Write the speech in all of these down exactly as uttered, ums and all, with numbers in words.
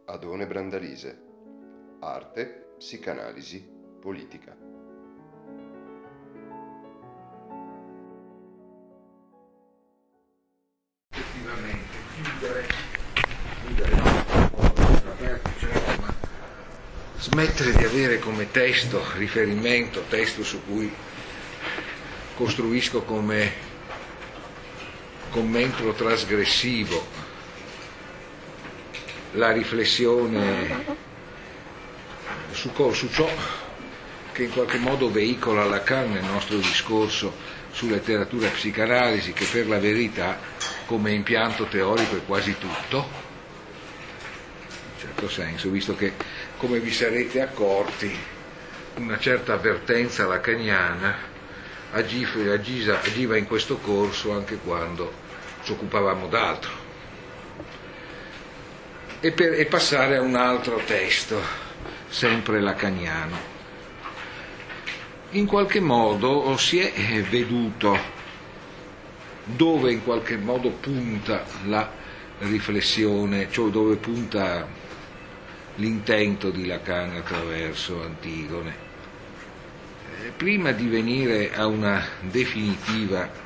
Adone Brandalise. Arte, psicanalisi, politica. Effettivamente, chiudere, chiudere no, aperto, certo, ma smettere di avere come testo, riferimento, testo su cui costruisco come commento trasgressivo la riflessione su, su ciò che in qualche modo veicola Lacan nel nostro discorso su letteratura e psicanalisi, che per la verità come impianto teorico è quasi tutto, in certo senso, visto che, come vi sarete accorti, una certa avvertenza lacaniana agiva, agiva in questo corso anche quando ci occupavamo d'altro. E, per, e passare a un altro testo, sempre lacaniano. In qualche modo si è veduto dove in qualche modo punta la riflessione, cioè dove punta l'intento di Lacan attraverso Antigone. Eh, prima di venire a una definitiva eh,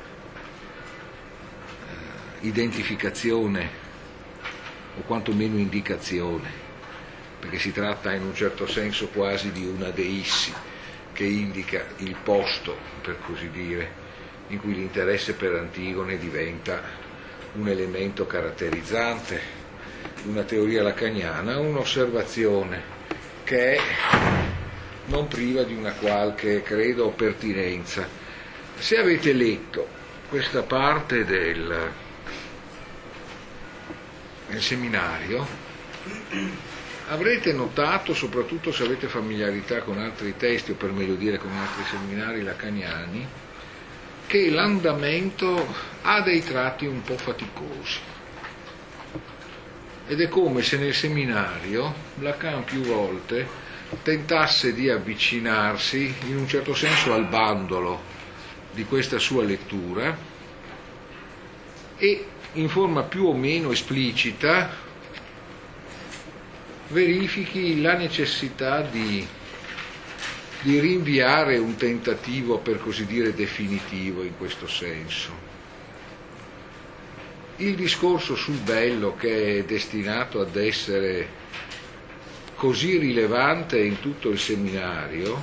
identificazione o quantomeno indicazione, perché si tratta in un certo senso quasi di una deissi che indica il posto, per così dire, in cui l'interesse per Antigone diventa un elemento caratterizzante, una teoria lacaniana, un'osservazione che è non priva di una qualche, credo, pertinenza. Se avete letto questa parte del nel seminario, avrete notato, soprattutto se avete familiarità con altri testi, o per meglio dire con altri seminari lacaniani, che l'andamento ha dei tratti un po' faticosi. Ed è come se nel seminario Lacan più volte tentasse di avvicinarsi in un certo senso al bandolo di questa sua lettura e in forma più o meno esplicita verifichi la necessità di, di rinviare un tentativo, per così dire, definitivo in questo senso. Il discorso sul bello, che è destinato ad essere così rilevante in tutto il seminario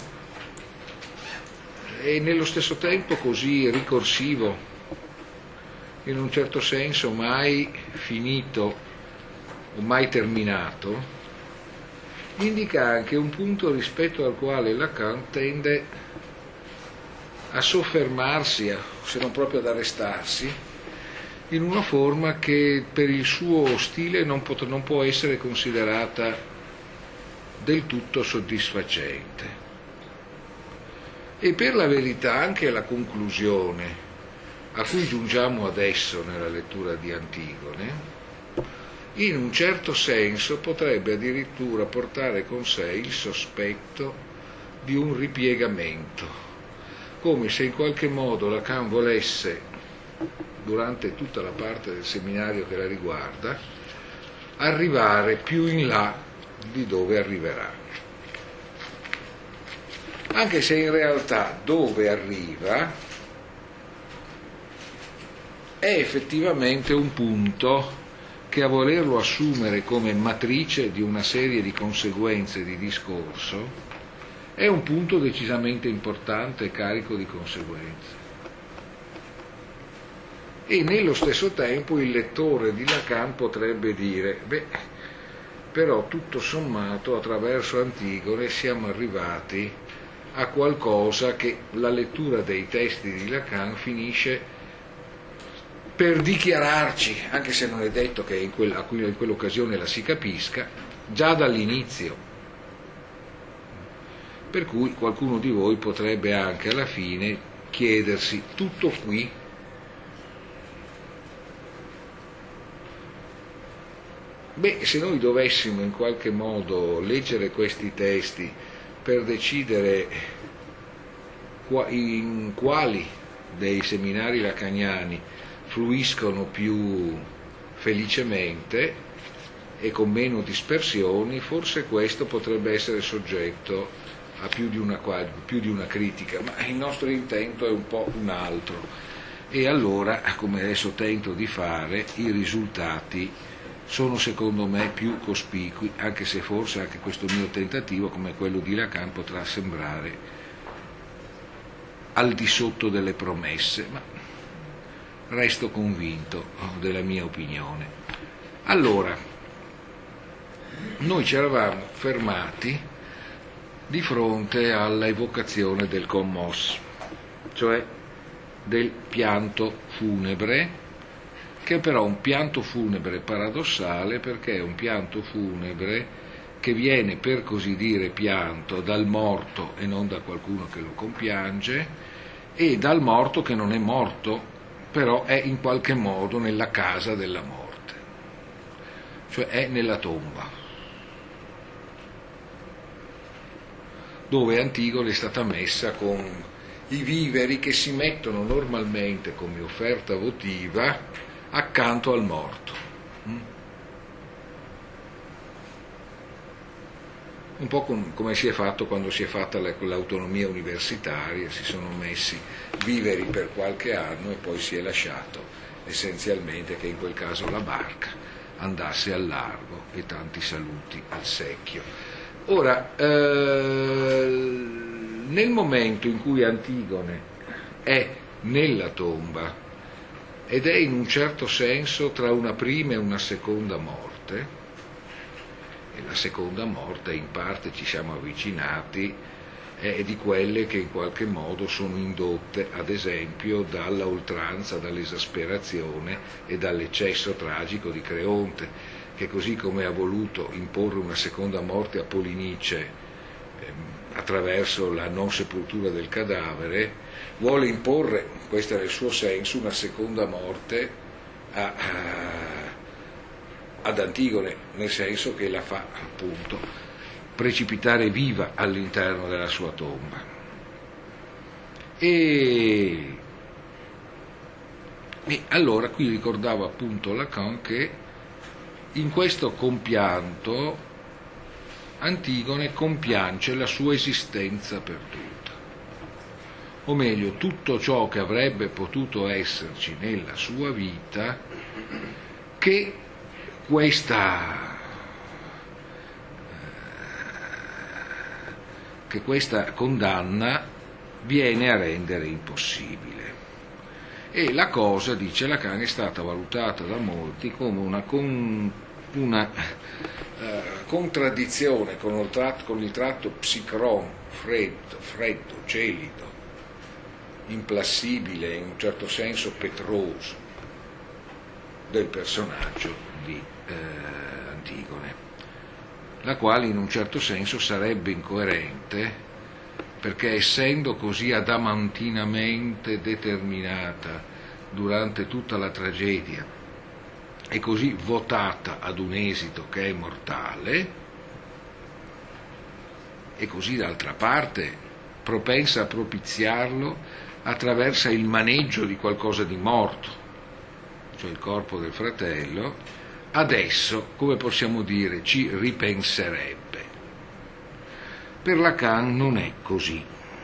e nello stesso tempo così ricorsivo, in un certo senso mai finito o mai terminato, indica anche un punto rispetto al quale Lacan tende a soffermarsi, se non proprio ad arrestarsi, in una forma che per il suo stile non, pot- non può essere considerata del tutto soddisfacente. E per la verità anche la conclusione a cui giungiamo adesso nella lettura di Antigone, in un certo senso potrebbe addirittura portare con sé il sospetto di un ripiegamento, come se in qualche modo Lacan volesse, durante tutta la parte del seminario che la riguarda, arrivare più in là di dove arriverà. Anche se in realtà dove arriva è effettivamente un punto che, a volerlo assumere come matrice di una serie di conseguenze di discorso, è un punto decisamente importante e carico di conseguenze. E nello stesso tempo il lettore di Lacan potrebbe dire, beh, però tutto sommato attraverso Antigone siamo arrivati a qualcosa che la lettura dei testi di Lacan finisce per dichiararci, anche se non è detto che in, quella, in quell'occasione la si capisca, già dall'inizio. Per cui qualcuno di voi potrebbe anche alla fine chiedersi, tutto qui? Beh, se noi dovessimo in qualche modo leggere questi testi per decidere in quali dei seminari lacaniani fluiscono più felicemente, e con meno dispersioni, forse questo potrebbe essere soggetto a più di una, più di una critica, ma il nostro intento è un po' un altro, e allora, come adesso tento di fare, i risultati sono secondo me più cospicui, anche se forse anche questo mio tentativo, come quello di Lacan, potrà sembrare al di sotto delle promesse, ma resto convinto della mia opinione. Allora, noi ci eravamo fermati di fronte alla evocazione del commosso, cioè del pianto funebre, che è però un pianto funebre paradossale, perché è un pianto funebre che viene, per così dire, pianto dal morto e non da qualcuno che lo compiange, e dal morto che non è morto, però è in qualche modo nella casa della morte, cioè è nella tomba, dove Antigone è stata messa con i viveri che si mettono normalmente come offerta votiva accanto al morto. Un po' come si è fatto quando si è fatta l'autonomia universitaria, si sono messi viveri per qualche anno e poi si è lasciato essenzialmente che in quel caso la barca andasse al largo, e tanti saluti al secchio. Ora, eh, nel momento in cui Antigone è nella tomba ed è in un certo senso tra una prima e una seconda morte, e la seconda morte in parte ci siamo avvicinati, è di quelle che in qualche modo sono indotte ad esempio dalla oltranza, dall'esasperazione e dall'eccesso tragico di Creonte, che così come ha voluto imporre una seconda morte a Polinice ehm, attraverso la non sepoltura del cadavere, vuole imporre, questo è il suo senso, una seconda morte a, a, ad Antigone, nel senso che la fa appunto precipitare viva all'interno della sua tomba. E, e allora qui ricordavo appunto Lacan che in questo compianto Antigone compiance la sua esistenza perduta, o meglio tutto ciò che avrebbe potuto esserci nella sua vita, che questa che questa condanna viene a rendere impossibile. E la cosa, dice Lacan, è stata valutata da molti come una, con, una eh, contraddizione con il tratto, con il tratto psicron, freddo, freddo, gelido, implassibile, in un certo senso petroso, del personaggio di eh, Antigone, la quale in un certo senso sarebbe incoerente, perché essendo così adamantinamente determinata durante tutta la tragedia e così votata ad un esito che è mortale, e così d'altra parte propensa a propiziarlo attraverso il maneggio di qualcosa di morto, cioè il corpo del fratello, adesso, come possiamo dire, ci ripenserebbe. Per Lacan non è così.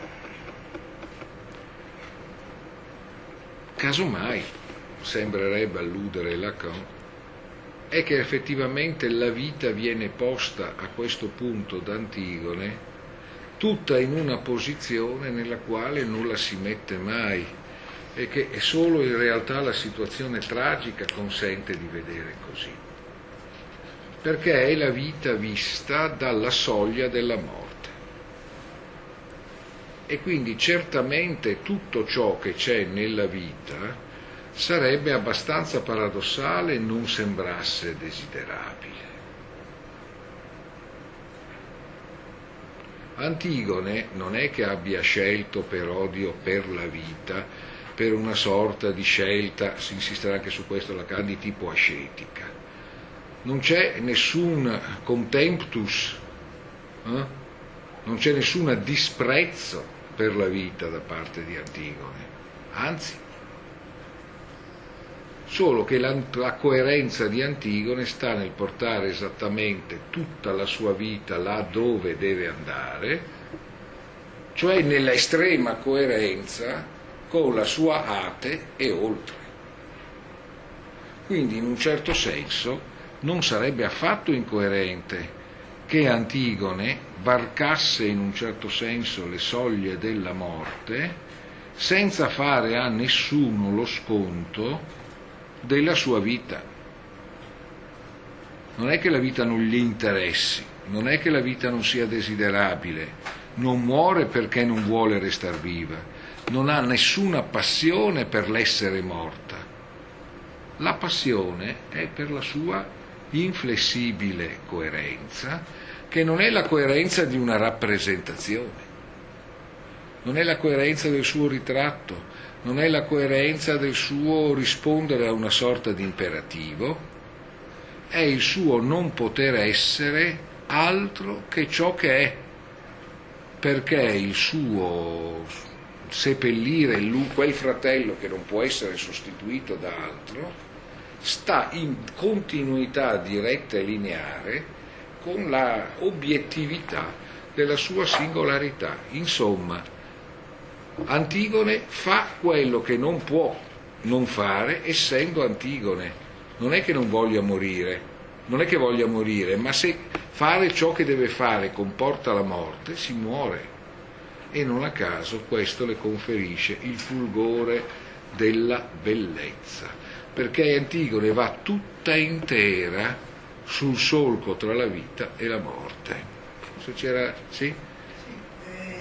Casomai, sembrerebbe alludere Lacan, è che effettivamente la vita viene posta a questo punto da Antigone tutta in una posizione nella quale non la si mette mai, e che solo in realtà la situazione tragica consente di vedere così, perché è la vita vista dalla soglia della morte. E quindi certamente tutto ciò che c'è nella vita sarebbe abbastanza paradossale non sembrasse desiderabile. Antigone non è che abbia scelto per odio per la vita, per una sorta di scelta, si insisterà anche su questo Lacan, di tipo ascetica. Non c'è nessun contemptus, eh? non c'è nessun disprezzo per la vita da parte di Antigone, anzi, solo che la, la coerenza di Antigone sta nel portare esattamente tutta la sua vita là dove deve andare, cioè nella estrema coerenza con la sua Ate e oltre. Quindi in un certo senso non sarebbe affatto incoerente che Antigone varcasse in un certo senso le soglie della morte senza fare a nessuno lo sconto della sua vita. Non è che la vita non gli interessi, non è che la vita non sia desiderabile, non muore perché non vuole restar viva, non ha nessuna passione per l'essere morta. La passione è per la sua inflessibile coerenza, che non è la coerenza di una rappresentazione, non è la coerenza del suo ritratto, non è la coerenza del suo rispondere a una sorta di imperativo, è il suo non poter essere altro che ciò che è, perché il suo seppellire quel fratello che non può essere sostituito da altro sta in continuità diretta e lineare con la obiettività della sua singolarità. Insomma, Antigone fa quello che non può non fare essendo Antigone. Non è che non voglia morire, non è che voglia morire, ma se fare ciò che deve fare comporta la morte, si muore. E non a caso questo le conferisce il fulgore della bellezza, perché Antigone va tutta intera sul solco tra la vita e la morte. Se c'era, sì? Sì, eh,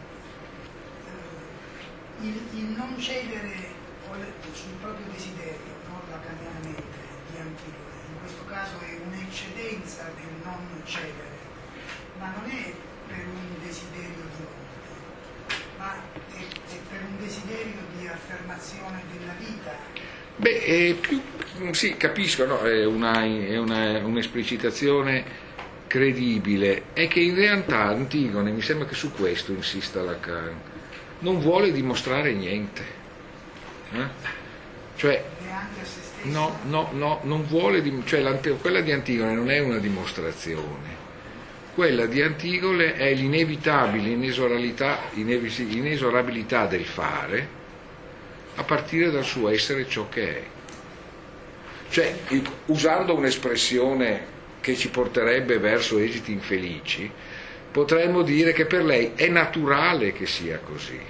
il, il non cedere sul proprio desiderio, no, lacanianamente, di Antigone, in questo caso è un'eccedenza del non cedere, ma non è per un desiderio di morte, ma è, è per un desiderio di affermazione della vita. Beh, è più, sì, capisco, no? È, una, è una, un'esplicitazione credibile, è che in realtà Antigone, mi sembra che su questo insista Lacan, non vuole dimostrare niente. Eh? Cioè, no, no, no, non vuole, cioè, quella di Antigone non è una dimostrazione, quella di Antigone è l'inevitabile inesorabilità, inesorabilità del fare, a partire dal suo essere ciò che è. Cioè, usando un'espressione che ci porterebbe verso esiti infelici, potremmo dire che per lei è naturale che sia così.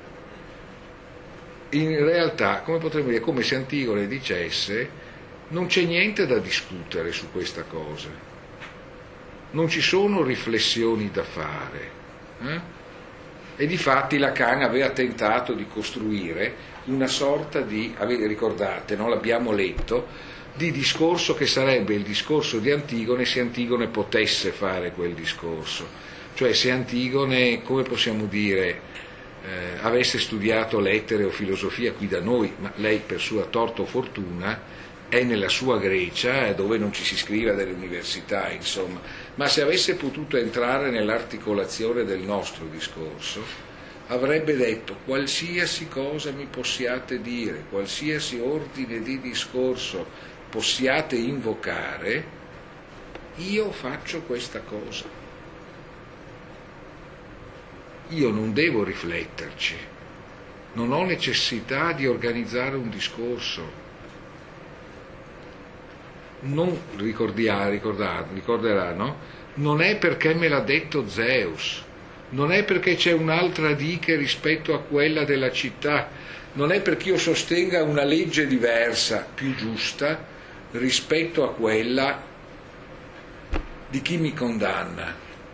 In realtà, come potremmo dire, come se Antigone dicesse, non c'è niente da discutere su questa cosa, non ci sono riflessioni da fare. Eh? E difatti Lacan aveva tentato di costruire una sorta di, ricordate, no? L'abbiamo letto, di discorso che sarebbe il discorso di Antigone se Antigone potesse fare quel discorso, cioè se Antigone, come possiamo dire, eh, avesse studiato lettere o filosofia qui da noi, ma lei per sua torto o fortuna è nella sua Grecia, dove non ci si iscrive delle università, insomma, ma se avesse potuto entrare nell'articolazione del nostro discorso, avrebbe detto: qualsiasi cosa mi possiate dire, qualsiasi ordine di discorso possiate invocare, io faccio questa cosa. Io non devo rifletterci, non ho necessità di organizzare un discorso. Non ricordia, ricorda, ricorderà, no? Non è perché me l'ha detto Zeus, non è perché c'è un'altra diche rispetto a quella della città, non è perché io sostenga una legge diversa, più giusta, rispetto a quella di chi mi condanna.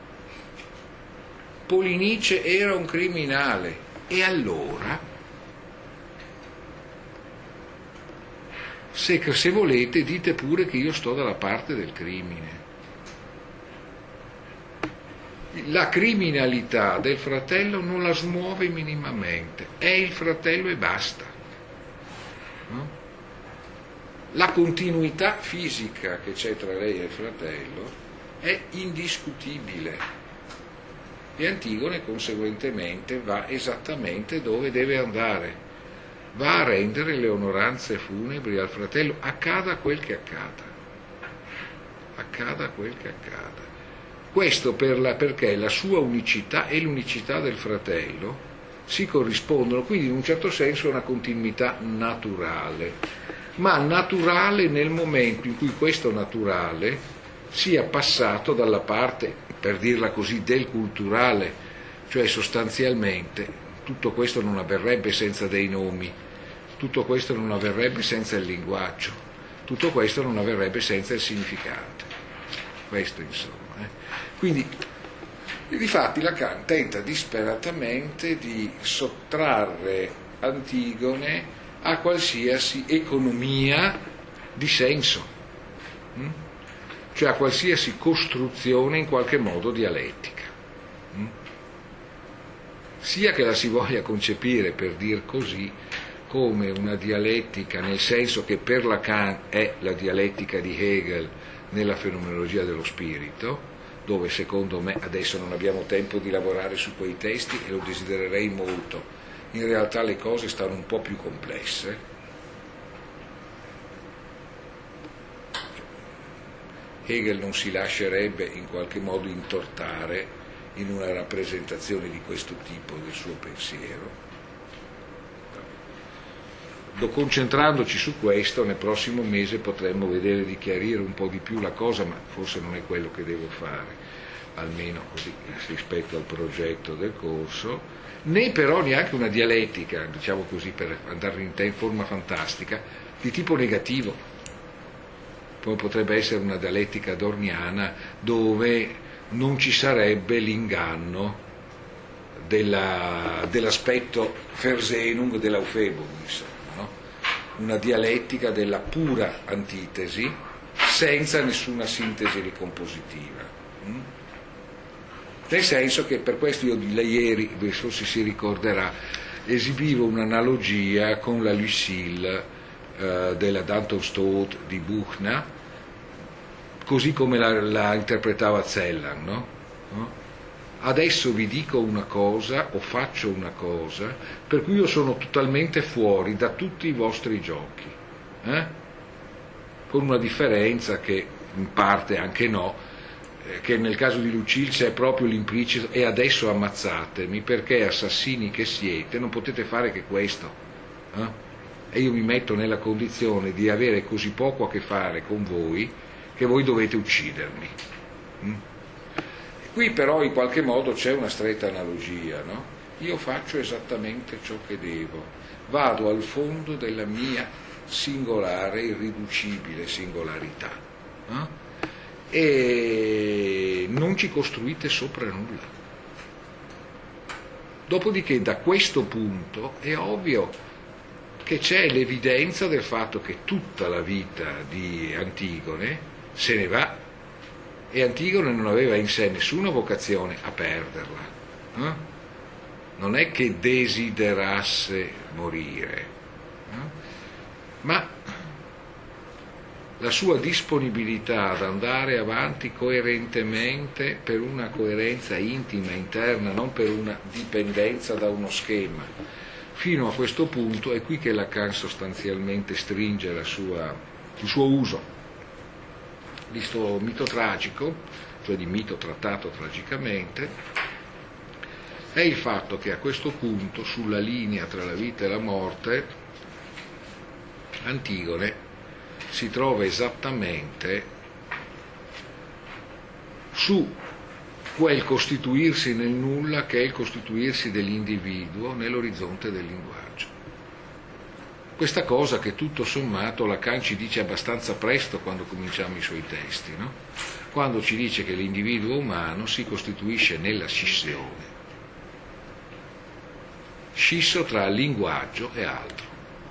Polinice era un criminale, e allora? Se, se volete, dite pure che io sto dalla parte del crimine. La criminalità del fratello non la smuove minimamente, è il fratello e basta. No? La continuità fisica che c'è tra lei e il fratello è indiscutibile e Antigone conseguentemente va esattamente dove deve andare. va a rendere le onoranze funebri al fratello, accada quel che accada, accada quel che accada. Questo per la, perché la sua unicità e l'unicità del fratello si corrispondono, quindi in un certo senso è una continuità naturale, ma naturale nel momento in cui questo naturale sia passato dalla parte, per dirla così, del culturale, cioè sostanzialmente tutto questo non avverrebbe senza dei nomi, tutto questo non avverrebbe senza il linguaggio, tutto questo non avverrebbe senza il significato. Questo insomma. Eh. Quindi, difatti Lacan tenta disperatamente di sottrarre Antigone a qualsiasi economia di senso, hm? cioè a qualsiasi costruzione in qualche modo dialettica. Hm? Sia che la si voglia concepire, per dir così, come una dialettica nel senso che per Lacan è la dialettica di Hegel nella fenomenologia dello spirito, dove secondo me adesso non abbiamo tempo di lavorare su quei testi e lo desidererei molto, in realtà le cose stanno un po' più complesse. Hegel non si lascerebbe in qualche modo intortare in una rappresentazione di questo tipo del suo pensiero. Concentrandoci su questo, nel prossimo mese potremmo vedere di chiarire un po' di più la cosa, ma forse non è quello che devo fare, almeno così rispetto al progetto del corso, né però neanche una dialettica, diciamo così per andare in forma fantastica, di tipo negativo, come potrebbe essere una dialettica adorniana dove non ci sarebbe l'inganno della, dell'aspetto Versenung dell'Aufhebung, insomma. Una dialettica della pura antitesi senza nessuna sintesi ricompositiva, nel senso che per questo io ieri, forse si ricorderà, esibivo un'analogia con la Lucille eh, della Danton Stott di Buchner, così come la, la interpretava Zellan, no? no? Adesso vi dico una cosa o faccio una cosa per cui io sono totalmente fuori da tutti i vostri giochi, eh? Con una differenza che in parte anche no, eh, che nel caso di Lucille c'è proprio l'implicito e adesso ammazzatemi perché assassini che siete non potete fare che questo, eh? E io mi metto nella condizione di avere così poco a che fare con voi che voi dovete uccidermi. Mm? Qui però in qualche modo c'è una stretta analogia, no? Io faccio esattamente ciò che devo, vado al fondo della mia singolare, irriducibile singolarità, no? E non ci costruite sopra nulla. Dopodiché da questo punto è ovvio che c'è l'evidenza del fatto che tutta la vita di Antigone se ne va. E Antigone non aveva in sé nessuna vocazione a perderla, eh? Non è che desiderasse morire, eh? Ma la sua disponibilità ad andare avanti coerentemente per una coerenza intima, interna, non per una dipendenza da uno schema, fino a questo punto è qui che Lacan sostanzialmente stringe la sua, il suo uso di sto mito tragico, cioè di mito trattato tragicamente, è il fatto che a questo punto, sulla linea tra la vita e la morte, Antigone si trova esattamente su quel costituirsi nel nulla che è il costituirsi dell'individuo nell'orizzonte del linguaggio. Questa cosa che tutto sommato Lacan ci dice abbastanza presto quando cominciamo i suoi testi, no? Quando ci dice che l'individuo umano si costituisce nella scissione, scisso tra linguaggio e altro.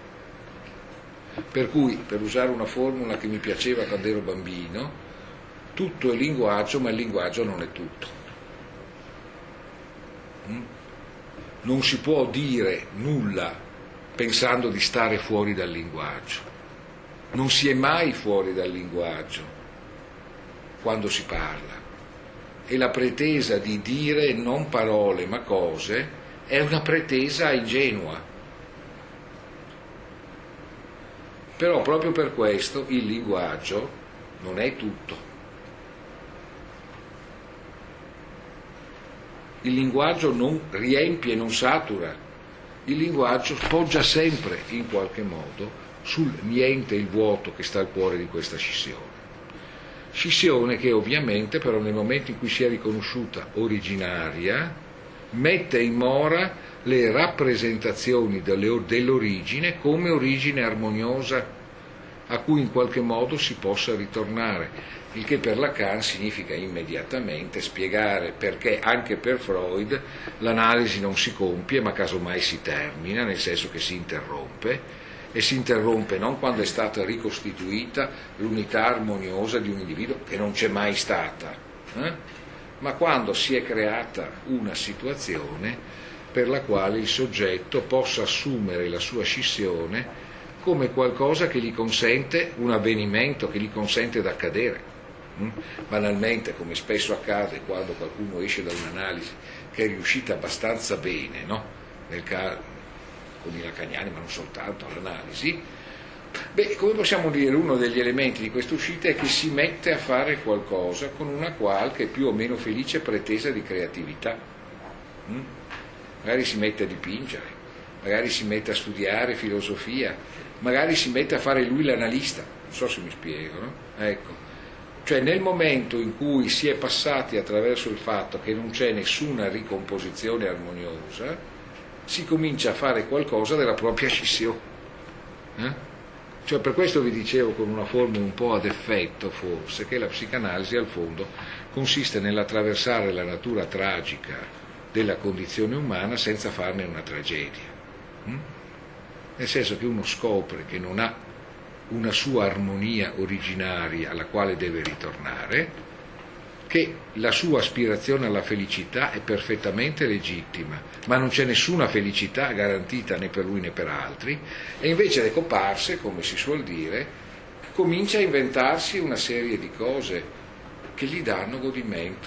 Per cui, per usare una formula che mi piaceva quando ero bambino, tutto è linguaggio, ma il linguaggio non è tutto. Non si può dire nulla pensando di stare fuori dal linguaggio. Non si è mai fuori dal linguaggio quando si parla. E la pretesa di dire non parole ma cose è una pretesa ingenua. Però proprio per questo il linguaggio non è tutto. Il linguaggio non riempie, non satura. Il linguaggio poggia sempre in qualche modo sul niente, il vuoto che sta al cuore di questa scissione. Scissione che ovviamente però nel momento in cui si è riconosciuta originaria mette in mora le rappresentazioni dell'origine come origine armoniosa a cui in qualche modo si possa ritornare, il che per Lacan significa immediatamente spiegare perché anche per Freud l'analisi non si compie ma casomai si termina, nel senso che si interrompe, e si interrompe non quando è stata ricostituita l'unità armoniosa di un individuo che non c'è mai stata, eh? ma quando si è creata una situazione per la quale il soggetto possa assumere la sua scissione come qualcosa che gli consente, un avvenimento che gli consente d'accadere. Mm? Banalmente, come spesso accade quando qualcuno esce da un'analisi che è riuscita abbastanza bene, no? Nel caso con i lacaniani, ma non soltanto all'analisi, beh, come possiamo dire, uno degli elementi di questa uscita è che si mette a fare qualcosa con una qualche più o meno felice pretesa di creatività. Mm? Magari si mette a dipingere, magari si mette a studiare filosofia, magari si mette a fare lui l'analista, non so se mi spiego, no? Ecco. Cioè nel momento in cui si è passati attraverso il fatto che non c'è nessuna ricomposizione armoniosa, si comincia a fare qualcosa della propria scissione. Eh? Cioè per questo vi dicevo con una forma un po' ad effetto forse che la psicanalisi al fondo consiste nell'attraversare la natura tragica della condizione umana senza farne una tragedia. Mm? Nel senso che uno scopre che non ha una sua armonia originaria alla quale deve ritornare, che la sua aspirazione alla felicità è perfettamente legittima, ma non c'è nessuna felicità garantita né per lui né per altri, e invece le comparse, come si suol dire, comincia a inventarsi una serie di cose che gli danno godimento,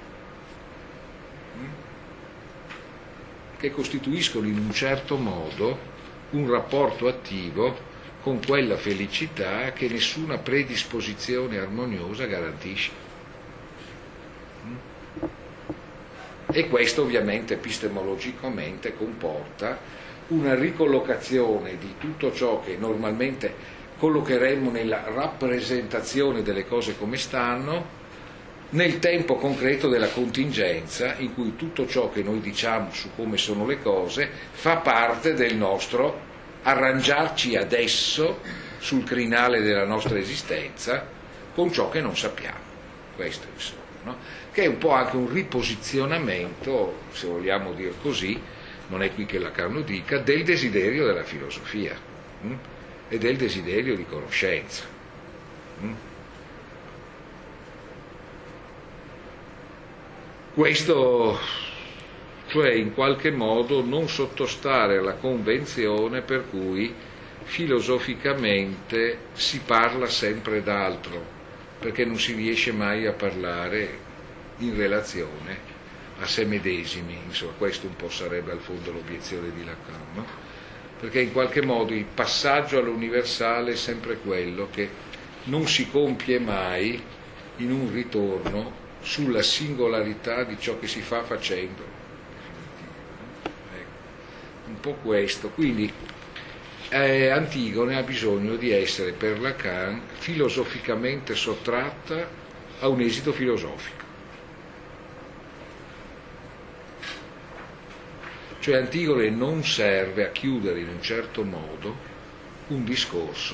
che costituiscono in un certo modo un rapporto attivo con quella felicità che nessuna predisposizione armoniosa garantisce. E questo ovviamente epistemologicamente comporta una ricollocazione di tutto ciò che normalmente collocheremmo nella rappresentazione delle cose come stanno nel tempo concreto della contingenza, in cui tutto ciò che noi diciamo su come sono le cose fa parte del nostro arrangiarci adesso sul crinale della nostra esistenza con ciò che non sappiamo. Questo insomma, no? Che è un po' anche un riposizionamento, se vogliamo dire così, non è qui che Lacan lo dica, del desiderio della filosofia hm? e del desiderio di conoscenza. Hm? Questo, cioè in qualche modo non sottostare alla convenzione per cui filosoficamente si parla sempre d'altro, perché non si riesce mai a parlare in relazione a se medesimi. Insomma, questo un po' sarebbe al fondo l'obiezione di Lacan, no? Perché in qualche modo il passaggio all'universale è sempre quello che non si compie mai in un ritorno sulla singolarità di ciò che si fa facendo. Ecco, un po' questo. Quindi eh, Antigone ha bisogno di essere per Lacan filosoficamente sottratta a un esito filosofico. Cioè Antigone non serve a chiudere in un certo modo un discorso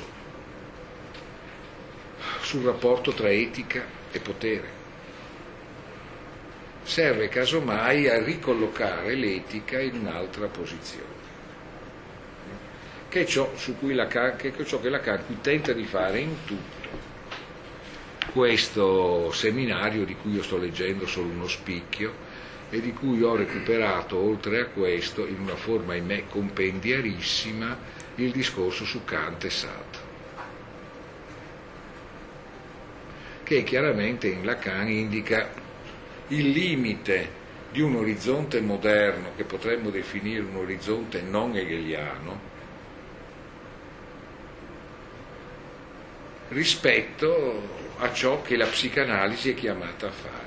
sul rapporto tra etica e potere. Serve casomai a ricollocare l'etica in un'altra posizione, che è ciò, su cui Lacan, che è ciò che Lacan tenta di fare in tutto questo seminario, di cui io sto leggendo solo uno spicchio e di cui ho recuperato, oltre a questo, in una forma ahimè compendiarissima, il discorso su Kant e Sartre, che chiaramente in Lacan indica il limite di un orizzonte moderno che potremmo definire un orizzonte non hegeliano, rispetto a ciò che la psicanalisi è chiamata a fare.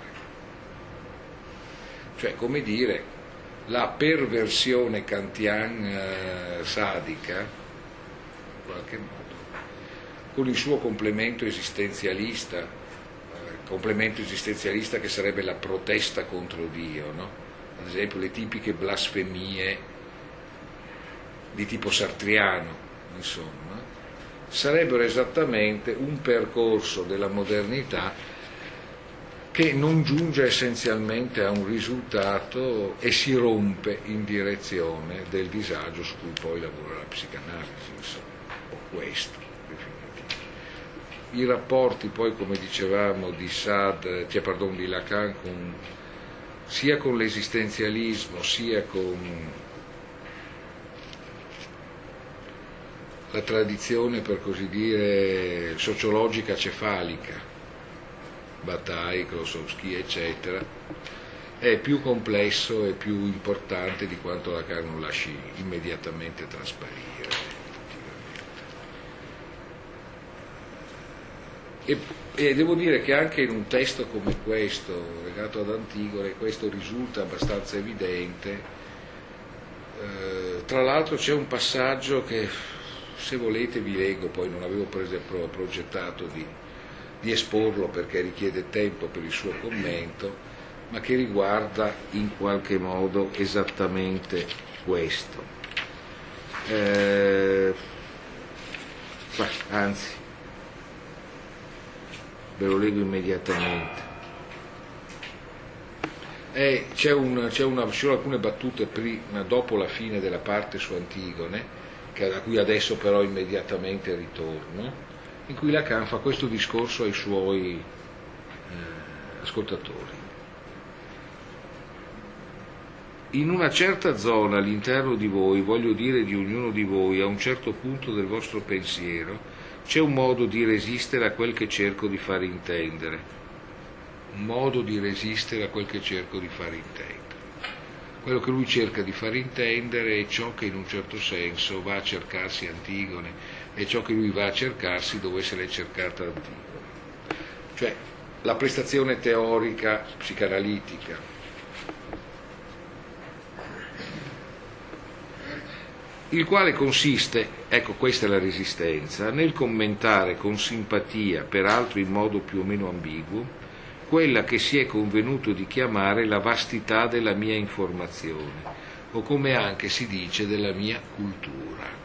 Cioè, come dire, la perversione kantiana sadica, in qualche modo, con il suo complemento esistenzialista, eh, complemento esistenzialista che sarebbe la protesta contro Dio, no? Ad esempio le tipiche blasfemie di tipo sartriano, insomma, sarebbero esattamente un percorso della modernità che non giunge essenzialmente a un risultato e si rompe in direzione del disagio su cui poi lavora la psicanalisi, insomma, o questo, definitivo. I rapporti poi, come dicevamo, di Sade, cioè, pardon, di Lacan, con, sia con l'esistenzialismo, sia con la tradizione, per così dire, sociologica cefalica, Bataille, Klossowski, eccetera, è più complesso e più importante di quanto Lacan non lasci immediatamente trasparire. E, e devo dire che anche in un testo come questo, legato ad Antigone, questo risulta abbastanza evidente. Eh, tra l'altro c'è un passaggio che, se volete, vi leggo, poi non avevo preso, progettato di di esporlo perché richiede tempo per il suo commento, ma che riguarda in qualche modo esattamente questo. Eh, anzi, ve lo leggo immediatamente. Eh, c'è, un, c'è una, ci sono alcune battute prima, dopo la fine della parte su Antigone, che, a cui adesso però immediatamente ritorno, in cui Lacan fa questo discorso ai suoi eh, ascoltatori. In una certa zona all'interno di voi, voglio dire di ognuno di voi, a un certo punto del vostro pensiero, c'è un modo di resistere a quel che cerco di far intendere. Un modo di resistere a quel che cerco di far intendere. Quello che lui cerca di far intendere è ciò che in un certo senso va a cercarsi Antigone, e ciò che lui va a cercarsi dove se l'è cercata Antigone. Cioè la prestazione teorica psicanalitica. Il quale consiste, ecco questa è la resistenza, nel commentare con simpatia, peraltro in modo più o meno ambiguo, quella che si è convenuto di chiamare la vastità della mia informazione, o come anche si dice della mia cultura.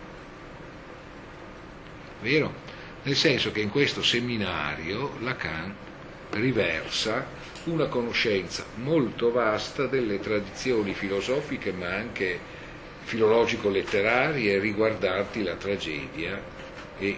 Vero? Nel senso che in questo seminario Lacan riversa una conoscenza molto vasta delle tradizioni filosofiche ma anche filologico-letterarie riguardanti la tragedia e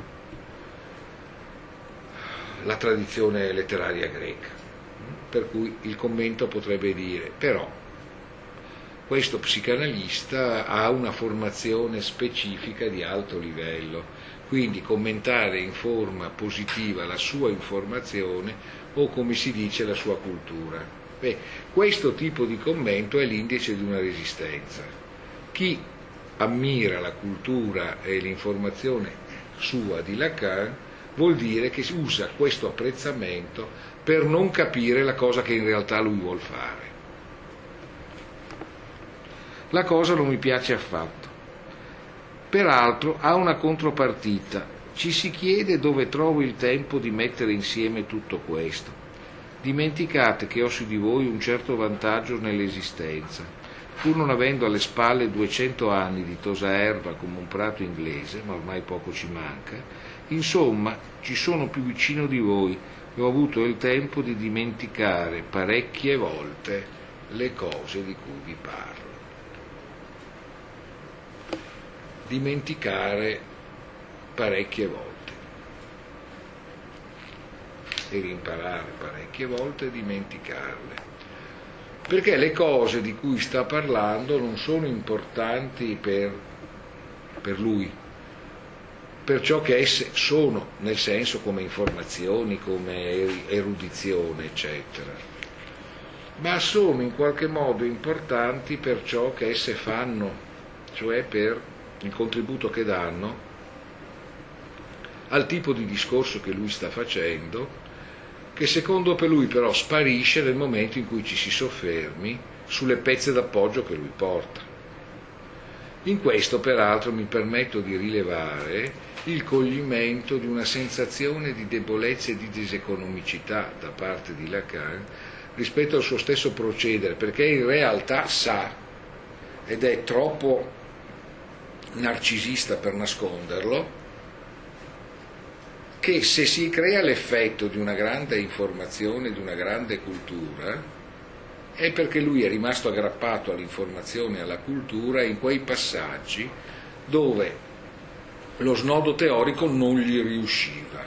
la tradizione letteraria greca. Per cui il commento potrebbe dire, però questo psicanalista ha una formazione specifica di alto livello, quindi commentare in forma positiva la sua informazione o, come si dice, la sua cultura. Beh, questo tipo di commento è l'indice di una resistenza. Chi ammira la cultura e l'informazione sua di Lacan vuol dire che usa questo apprezzamento per non capire la cosa che in realtà lui vuol fare. La cosa non mi piace affatto. Peraltro ha una contropartita. Ci si chiede dove trovo il tempo di mettere insieme tutto questo. Dimenticate che ho su di voi un certo vantaggio nell'esistenza. Pur non avendo alle spalle duecento anni di tosa erba come un prato inglese, ma ormai poco ci manca, insomma ci sono più vicino di voi e ho avuto il tempo di dimenticare parecchie volte le cose di cui vi parlo. Dimenticare parecchie volte e rimparare parecchie volte e dimenticarle, perché le cose di cui sta parlando non sono importanti per, per lui, per ciò che esse sono, nel senso come informazioni, come erudizione, eccetera, ma sono in qualche modo importanti per ciò che esse fanno, cioè per il contributo che danno al tipo di discorso che lui sta facendo, che secondo per lui però sparisce nel momento in cui ci si soffermi sulle pezze d'appoggio che lui porta. In questo, peraltro, mi permetto di rilevare il coglimento di una sensazione di debolezza e di diseconomicità da parte di Lacan rispetto al suo stesso procedere, perché in realtà sa, ed è troppo narcisista per nasconderlo, che se si crea l'effetto di una grande informazione, di una grande cultura, è perché lui è rimasto aggrappato all'informazione e alla cultura in quei passaggi dove lo snodo teorico non gli riusciva.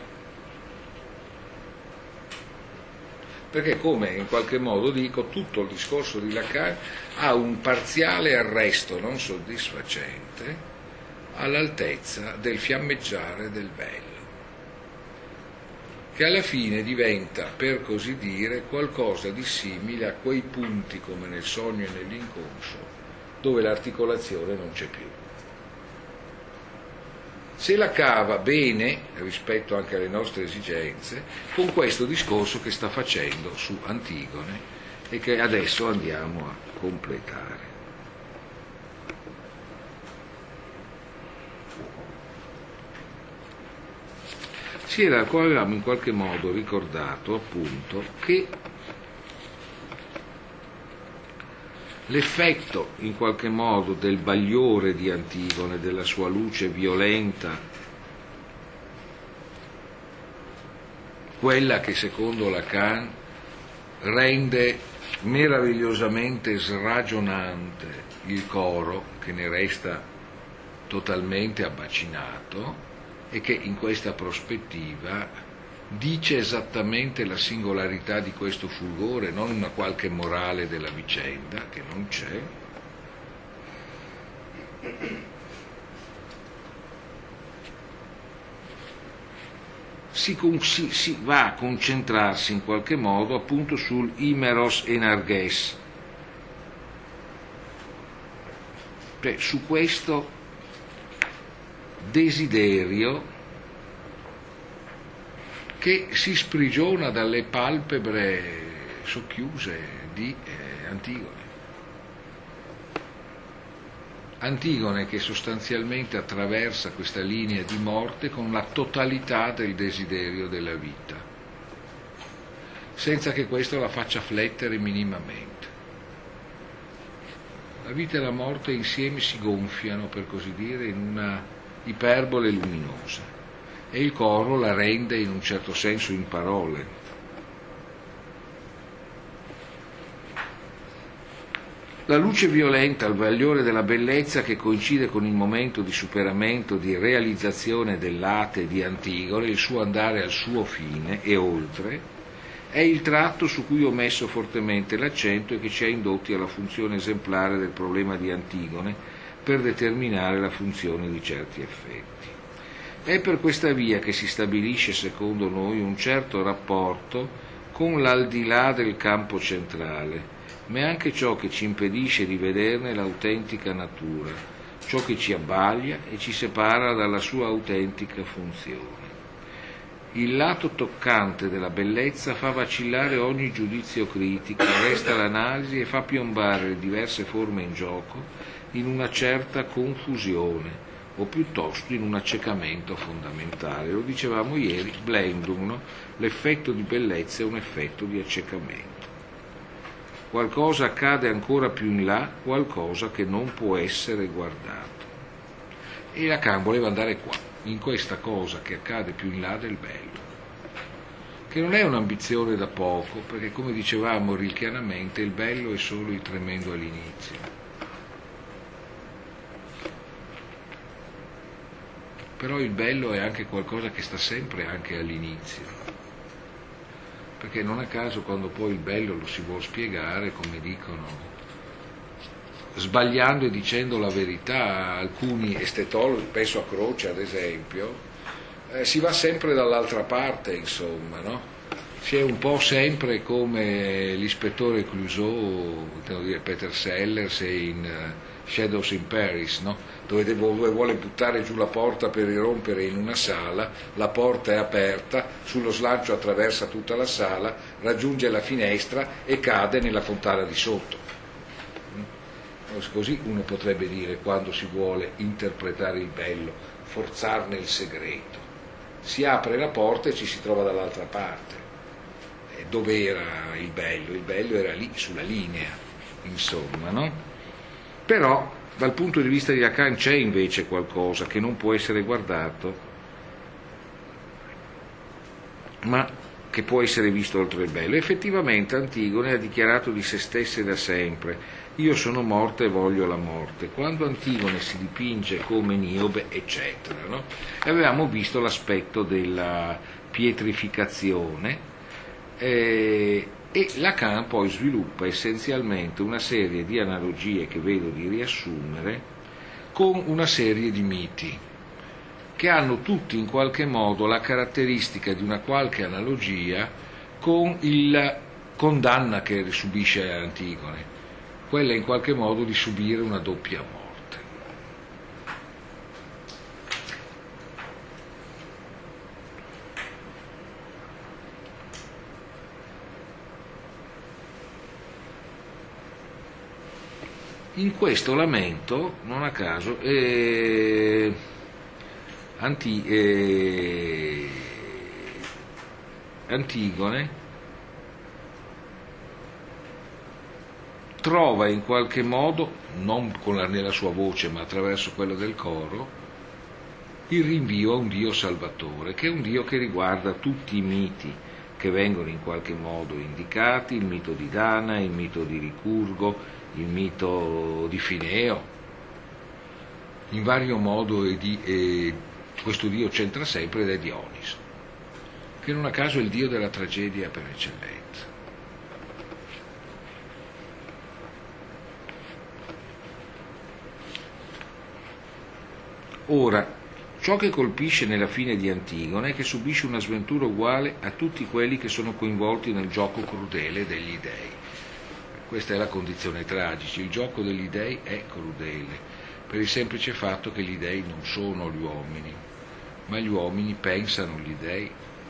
Perché, come in qualche modo dico, tutto il discorso di Lacan ha un parziale arresto non soddisfacente all'altezza del fiammeggiare del bello, che alla fine diventa, per così dire, qualcosa di simile a quei punti, come nel sogno e nell'inconscio, dove l'articolazione non c'è più. Se la cava bene, rispetto anche alle nostre esigenze, con questo discorso che sta facendo su Antigone e che adesso andiamo a completare. Sì, era, avevamo in qualche modo ricordato appunto che l'effetto in qualche modo del bagliore di Antigone, della sua luce violenta, quella che secondo Lacan rende meravigliosamente sragionante il coro, che ne resta totalmente abbacinato, e che in questa prospettiva dice esattamente la singolarità di questo fulgore, non una qualche morale della vicenda, che non c'è, si, si, si va a concentrarsi in qualche modo appunto sul imeros enarges, cioè su questo desiderio che si sprigiona dalle palpebre socchiuse di eh, Antigone. Antigone che sostanzialmente attraversa questa linea di morte con la totalità del desiderio della vita, senza che questo la faccia flettere minimamente. La vita e la morte insieme si gonfiano, per così dire, in una iperbole luminosa, e il coro la rende in un certo senso in parole. La luce violenta, il bagliore della bellezza che coincide con il momento di superamento, di realizzazione dell'ate di Antigone, il suo andare al suo fine e oltre, è il tratto su cui ho messo fortemente l'accento e che ci ha indotti alla funzione esemplare del problema di Antigone per determinare la funzione di certi effetti. È per questa via che si stabilisce, secondo noi, un certo rapporto con l'aldilà del campo centrale, ma è anche ciò che ci impedisce di vederne l'autentica natura, ciò che ci abbaglia e ci separa dalla sua autentica funzione. Il lato toccante della bellezza fa vacillare ogni giudizio critico, resta l'analisi e fa piombare le diverse forme in gioco in una certa confusione, o piuttosto in un accecamento fondamentale. Lo dicevamo ieri, blendum, no? L'effetto di bellezza è un effetto di accecamento. Qualcosa accade ancora più in là, qualcosa che non può essere guardato. E Lacan voleva andare qua, in questa cosa che accade più in là del bello, che non è un'ambizione da poco, perché come dicevamo rilchianamente, il bello è solo il tremendo all'inizio. Però il bello è anche qualcosa che sta sempre anche all'inizio, perché non a caso quando poi il bello lo si vuol spiegare, come dicono, sbagliando e dicendo la verità, alcuni estetologi, penso a Croce ad esempio, eh, si va sempre dall'altra parte, insomma, no? Si è un po' sempre come l'ispettore Clouseau, intendo dire Peter Sellers, e in Shadows in Paris, no? dove, dove vuole buttare giù la porta per irrompere in una sala, la porta è aperta, sullo slancio attraversa tutta la sala, raggiunge la finestra e cade nella fontana di sotto. Così uno potrebbe dire quando si vuole interpretare il bello, forzarne il segreto. Si apre la porta e ci si trova dall'altra parte. E dove era il bello? Il bello era lì, sulla linea, insomma, no? Però dal punto di vista di Lacan c'è invece qualcosa che non può essere guardato, ma che può essere visto oltre il bello. Effettivamente Antigone ha dichiarato di se stessa da sempre: io sono morta e voglio la morte. Quando Antigone si dipinge come Niobe, eccetera, no? Avevamo visto l'aspetto della pietrificazione, eh, e Lacan poi sviluppa essenzialmente una serie di analogie che vedo di riassumere con una serie di miti che hanno tutti in qualche modo la caratteristica di una qualche analogia con il condanna che subisce Antigone, quella in qualche modo di subire una doppia morte. In questo lamento, non a caso, eh, Anti, eh, Antigone trova in qualche modo, non con la, nella sua voce ma attraverso quella del coro, il rinvio a un Dio salvatore, che è un Dio che riguarda tutti i miti che vengono in qualche modo indicati, il mito di Dana, il mito di Licurgo, il mito di Fineo. In vario modo e di, e questo Dio c'entra sempre ed è Dioniso, che non a caso è il Dio della tragedia per eccellenza. Ora, ciò che colpisce nella fine di Antigone è che subisce una sventura uguale a tutti quelli che sono coinvolti nel gioco crudele degli dei. Questa è la condizione tragica, il gioco degli dei è crudele, per il semplice fatto che gli dei non sono gli uomini, ma gli uomini pensano gli dei.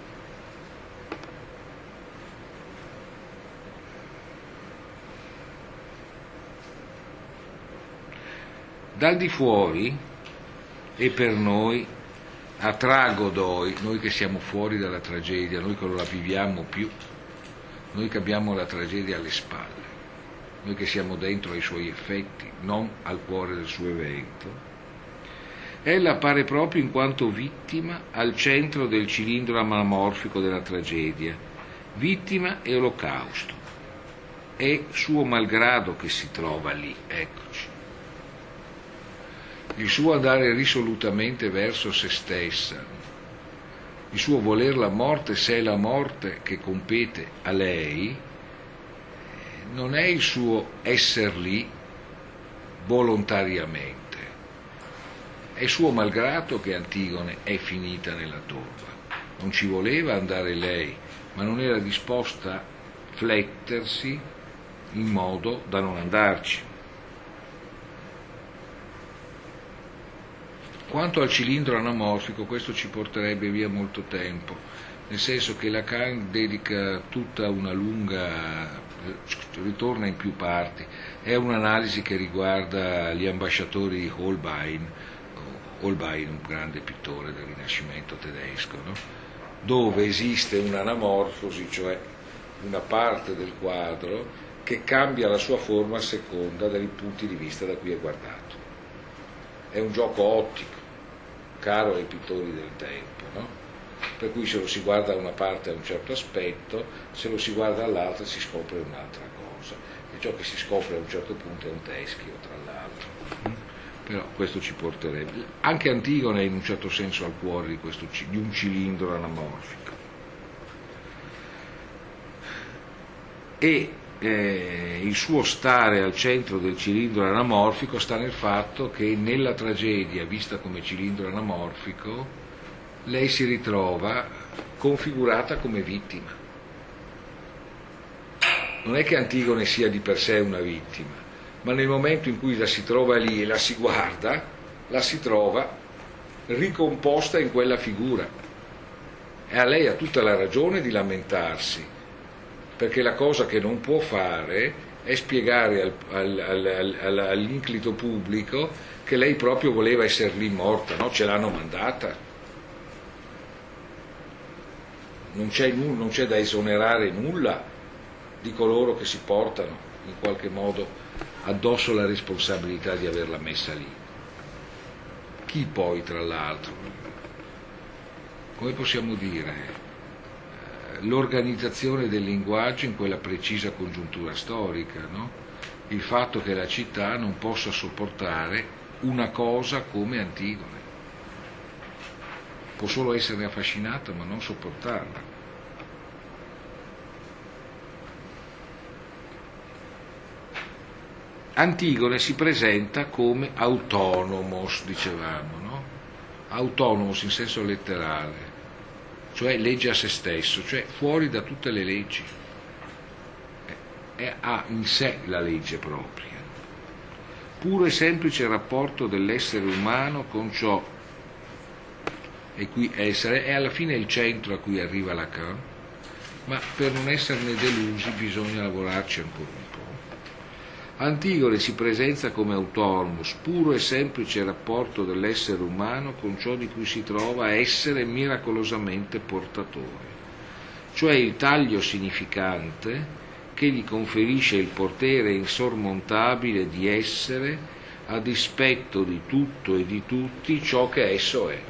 Dal di fuori e per noi a tragodoi, noi che siamo fuori dalla tragedia, noi che non la viviamo più, noi che abbiamo la tragedia alle spalle, noi che siamo dentro ai suoi effetti, non al cuore del suo evento, ella appare proprio in quanto vittima al centro del cilindro anamorfico della tragedia, vittima e olocausto. È suo malgrado che si trova lì, eccoci. Il suo andare risolutamente verso se stessa, il suo voler la morte se è la morte che compete a lei, non è il suo esser lì volontariamente, è suo malgrado che Antigone è finita nella tomba. Non ci voleva andare lei, ma non era disposta a flettersi in modo da non andarci. Quanto al cilindro anamorfico, questo ci porterebbe via molto tempo, nel senso che Lacan dedica tutta una lunga, ritorna in più parti, è un'analisi che riguarda gli ambasciatori di Holbein, Holbein un grande pittore del Rinascimento tedesco, no? Dove esiste un'anamorfosi, cioè una parte del quadro che cambia la sua forma a seconda dei punti di vista da cui è guardato. È un gioco ottico, caro ai pittori del tempo, no? Per cui se lo si guarda da una parte ha un certo aspetto, se lo si guarda dall'altra si scopre un'altra cosa, e ciò che si scopre a un certo punto è un teschio, tra l'altro. Però questo ci porterebbe. Anche Antigone è in un certo senso al cuore di, questo, di un cilindro anamorfico. E eh, il suo stare al centro del cilindro anamorfico sta nel fatto che nella tragedia, vista come cilindro anamorfico, lei si ritrova configurata come vittima. Non è che Antigone sia di per sé una vittima, ma nel momento in cui la si trova lì e la si guarda, la si trova ricomposta in quella figura. E a lei ha tutta la ragione di lamentarsi, perché la cosa che non può fare è spiegare al, al, al, al, all'inclito pubblico che lei proprio voleva essere lì morta, no? Ce l'hanno mandata. Non c'è, non c'è da esonerare nulla di coloro che si portano in qualche modo addosso la responsabilità di averla messa lì. Chi poi, tra l'altro, come possiamo dire, l'organizzazione del linguaggio in quella precisa congiuntura storica, no? Il fatto che la città non possa sopportare una cosa come Antigone, può solo esserne affascinata ma non sopportarla. Antigone si presenta come autonomos, dicevamo, no? Autonomos in senso letterale, cioè legge a se stesso, cioè fuori da tutte le leggi, e ha in sé la legge propria. Puro e semplice rapporto dell'essere umano con ciò, e qui essere è alla fine il centro a cui arriva Lacan, ma per non esserne delusi bisogna lavorarci ancora un po'. Antigone si presenta come autonomos, puro e semplice rapporto dell'essere umano con ciò di cui si trova a essere miracolosamente portatore, cioè il taglio significante che gli conferisce il potere insormontabile di essere a dispetto di tutto e di tutti ciò che esso è.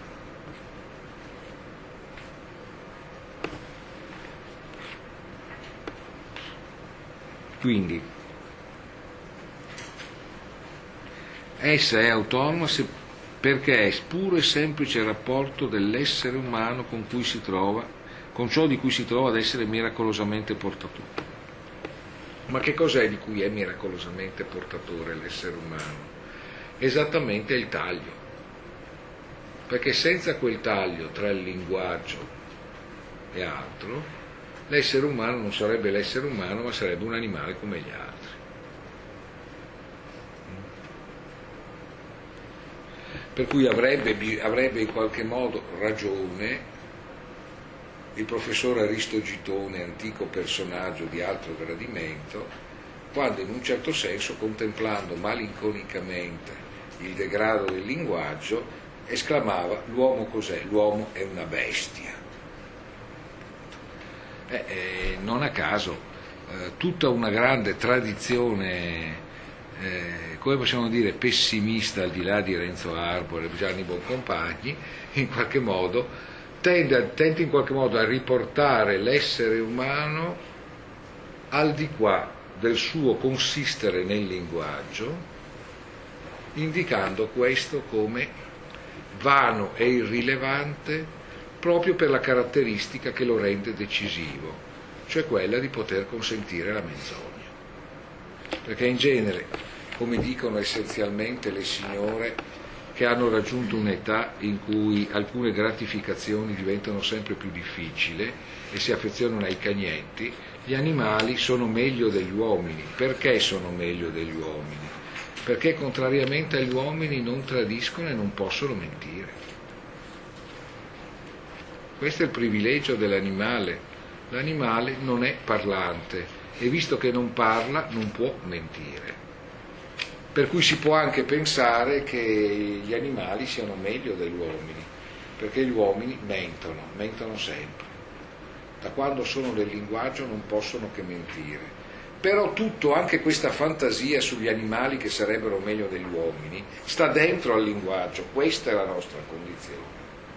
Quindi essa è autonoma perché è puro e semplice rapporto dell'essere umano con cui si trova, con ciò di cui si trova ad essere miracolosamente portatore. Ma che cos'è di cui è miracolosamente portatore l'essere umano? Esattamente il taglio, perché senza quel taglio tra il linguaggio e altro, l'essere umano non sarebbe l'essere umano, ma sarebbe un animale come gli altri. Per cui avrebbe, avrebbe in qualche modo ragione il professor Aristogitone, antico personaggio di alto gradimento, quando in un certo senso, contemplando malinconicamente il degrado del linguaggio, esclamava: l'uomo cos'è? L'uomo è una bestia. Eh, eh, non a caso eh, tutta una grande tradizione, eh, come possiamo dire, pessimista, al di là di Renzo Arbore e Gianni Boncompagni, in qualche modo tende, tenta in qualche modo a riportare l'essere umano al di qua del suo consistere nel linguaggio, indicando questo come vano e irrilevante proprio per la caratteristica che lo rende decisivo, cioè quella di poter consentire la menzogna. Perché in genere, come dicono essenzialmente le signore che hanno raggiunto un'età in cui alcune gratificazioni diventano sempre più difficili e si affezionano ai cagnetti, gli animali sono meglio degli uomini. Perché sono meglio degli uomini? Perché contrariamente agli uomini non tradiscono e non possono mentire. Questo è il privilegio dell'animale. L'animale non è parlante e visto che non parla non può mentire. Per cui si può anche pensare che gli animali siano meglio degli uomini, perché gli uomini mentono, mentono sempre. Da quando sono nel linguaggio non possono che mentire. Però tutto, anche questa fantasia sugli animali che sarebbero meglio degli uomini, sta dentro al linguaggio, questa è la nostra condizione.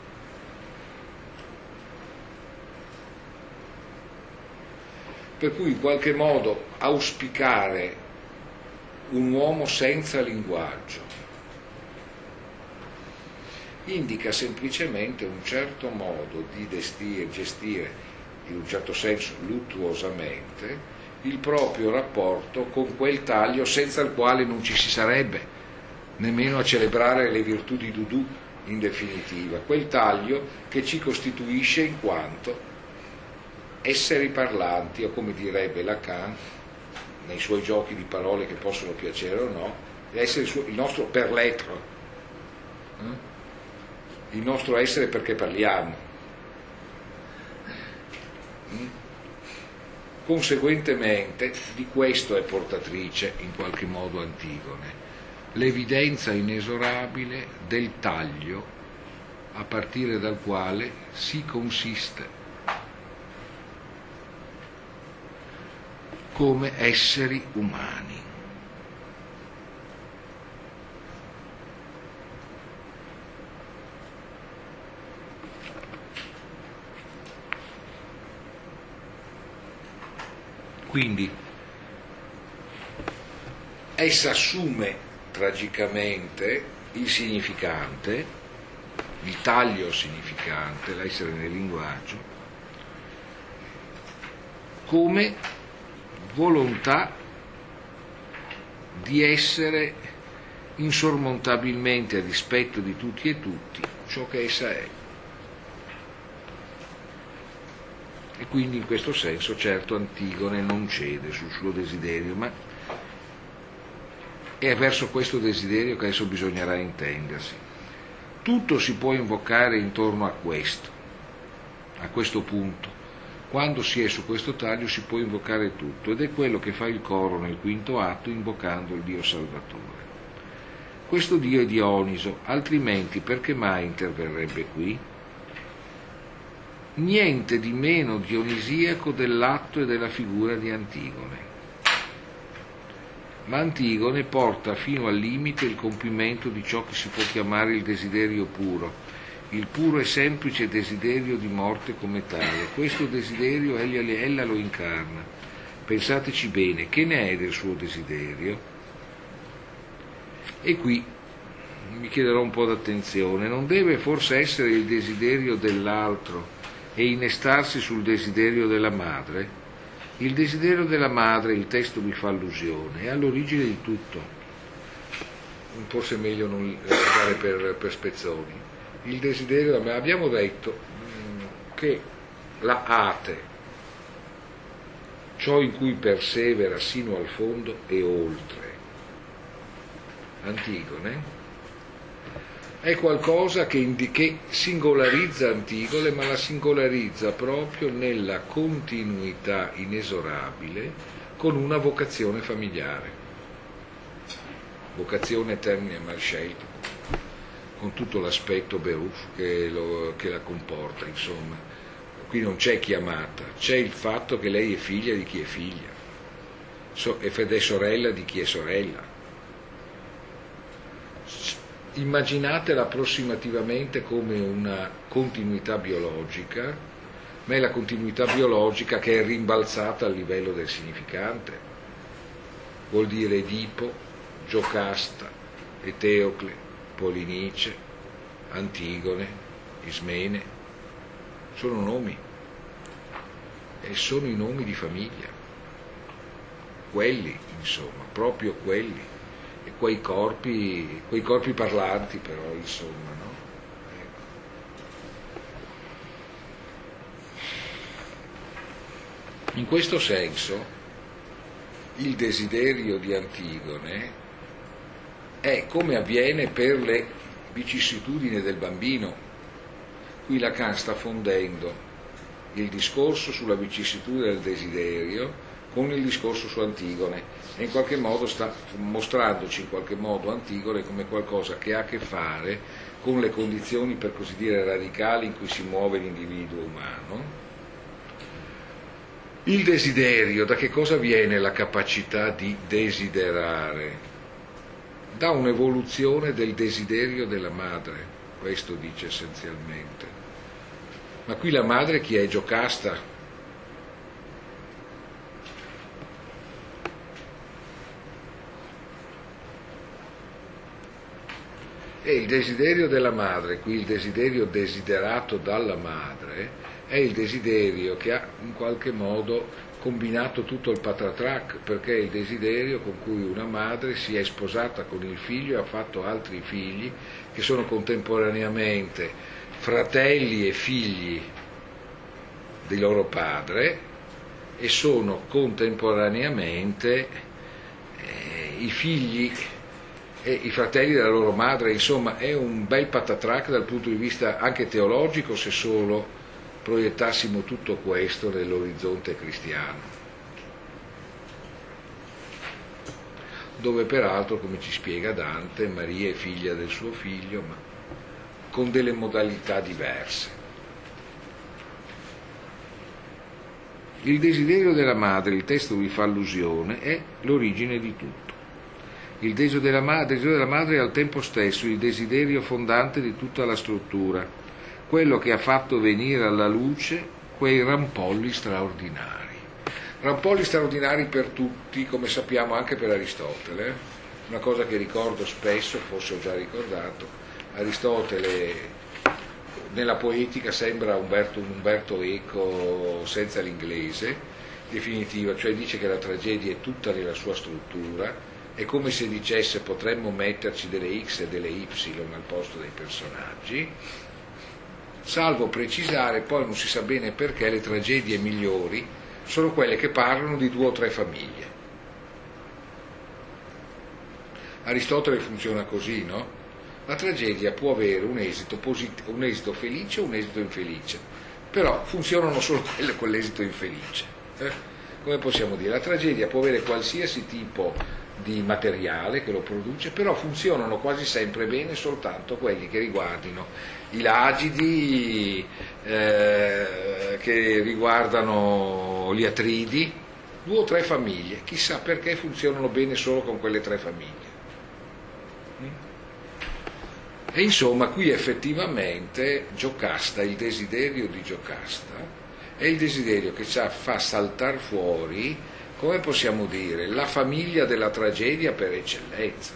Per cui in qualche modo auspicare un uomo senza linguaggio indica semplicemente un certo modo di gestire, gestire in un certo senso luttuosamente il proprio rapporto con quel taglio senza il quale non ci si sarebbe nemmeno a celebrare le virtù di Dudu, in definitiva, quel taglio che ci costituisce in quanto esseri parlanti, o come direbbe Lacan, nei suoi giochi di parole che possono piacere o no, essere il, suo, il nostro per l'etro, il nostro essere perché parliamo. Conseguentemente di questo è portatrice in qualche modo Antigone, l'evidenza inesorabile del taglio a partire dal quale si consiste come esseri umani. Quindi essa assume tragicamente il significante, il taglio significante, l'essere nel linguaggio, come volontà di essere insormontabilmente a dispetto di tutti e tutti ciò che essa è. E quindi in questo senso certo Antigone non cede sul suo desiderio, ma è verso questo desiderio che adesso bisognerà intendersi. Tutto si può invocare intorno a questo, a questo punto. Quando si è su questo taglio si può invocare tutto, ed è quello che fa il coro nel quinto atto invocando il Dio Salvatore. Questo Dio è Dioniso, altrimenti perché mai interverrebbe qui? Niente di meno dionisiaco dell'atto e della figura di Antigone. Ma Antigone porta fino al limite il compimento di ciò che si può chiamare il desiderio puro, il puro e semplice desiderio di morte come tale. Questo desiderio ella, ella lo incarna. Pensateci bene, che ne è del suo desiderio? E qui mi chiederò un po' d'attenzione. Non deve forse essere il desiderio dell'altro e innestarsi sul desiderio della madre? Il desiderio della madre, il testo vi fa allusione, è all'origine di tutto. Forse è meglio non andare per, per spezzoni. Il desiderio della madre, abbiamo detto che la ate, ciò in cui persevera sino al fondo e oltre, Antigone, è qualcosa che, indi- che singolarizza Antigone, ma la singolarizza proprio nella continuità inesorabile con una vocazione familiare. Vocazione termine mal scelto, con tutto l'aspetto Beruff che, lo, che la comporta, insomma. Qui non c'è chiamata, c'è il fatto che lei è figlia di chi è figlia, so, ed è sorella di chi è sorella. Immaginatela approssimativamente come una continuità biologica, ma è la continuità biologica che è rimbalzata al livello del significante. Vuol dire Edipo, Giocasta, Eteocle, Polinice, Antigone, Ismene. Sono nomi, e sono i nomi di famiglia. Quelli, insomma, proprio quelli. E quei corpi, quei corpi parlanti però, insomma, no? Ecco. In questo senso il desiderio di Antigone è come avviene per le vicissitudini del bambino. Qui Lacan sta fondendo il discorso sulla vicissitudine del desiderio con il discorso su Antigone, e in qualche modo sta mostrandoci in qualche modo Antigone come qualcosa che ha a che fare con le condizioni, per così dire, radicali in cui si muove l'individuo umano. Il desiderio, da che cosa viene la capacità di desiderare? Da un'evoluzione del desiderio della madre, questo dice essenzialmente. Ma qui la madre chi è? Giocasta? E il desiderio della madre, qui il desiderio desiderato dalla madre, è il desiderio che ha in qualche modo combinato tutto il patratrac, perché è il desiderio con cui una madre si è sposata con il figlio e ha fatto altri figli che sono contemporaneamente fratelli e figli di loro padre, e sono contemporaneamente eh, i figli e i fratelli della loro madre. Insomma, è un bel patatrac dal punto di vista anche teologico, se solo proiettassimo tutto questo nell'orizzonte cristiano, dove peraltro, come ci spiega Dante, Maria è figlia del suo figlio, ma con delle modalità diverse. Il desiderio della madre, il testo vi fa allusione, è l'origine di tutto. Il desiderio della madre, il desiderio della madre è al tempo stesso il desiderio fondante di tutta la struttura, quello che ha fatto venire alla luce quei rampolli straordinari. Rampolli straordinari per tutti, come sappiamo anche per Aristotele. Una cosa che ricordo spesso, forse ho già ricordato, Aristotele nella poetica sembra Umberto, un Umberto Eco senza l'inglese, definitiva, cioè dice che la tragedia è tutta nella sua struttura. È come se dicesse potremmo metterci delle X e delle Y al posto dei personaggi, salvo precisare, poi non si sa bene perché, le tragedie migliori sono quelle che parlano di due o tre famiglie. Aristotele funziona così, no? La tragedia può avere un esito, posit- un esito felice o un esito infelice, però funzionano solo quelle con l'esito infelice. Eh? Come possiamo dire? La tragedia può avere qualsiasi tipo di materiale che lo produce, però funzionano quasi sempre bene soltanto quelli che riguardino i Lagidi, eh, che riguardano gli Atridi, due o tre famiglie. Chissà perché funzionano bene solo con quelle tre famiglie. E insomma, qui effettivamente Giocasta, il desiderio di Giocasta, è il desiderio che ci fa saltare fuori, come possiamo dire, la famiglia della tragedia per eccellenza.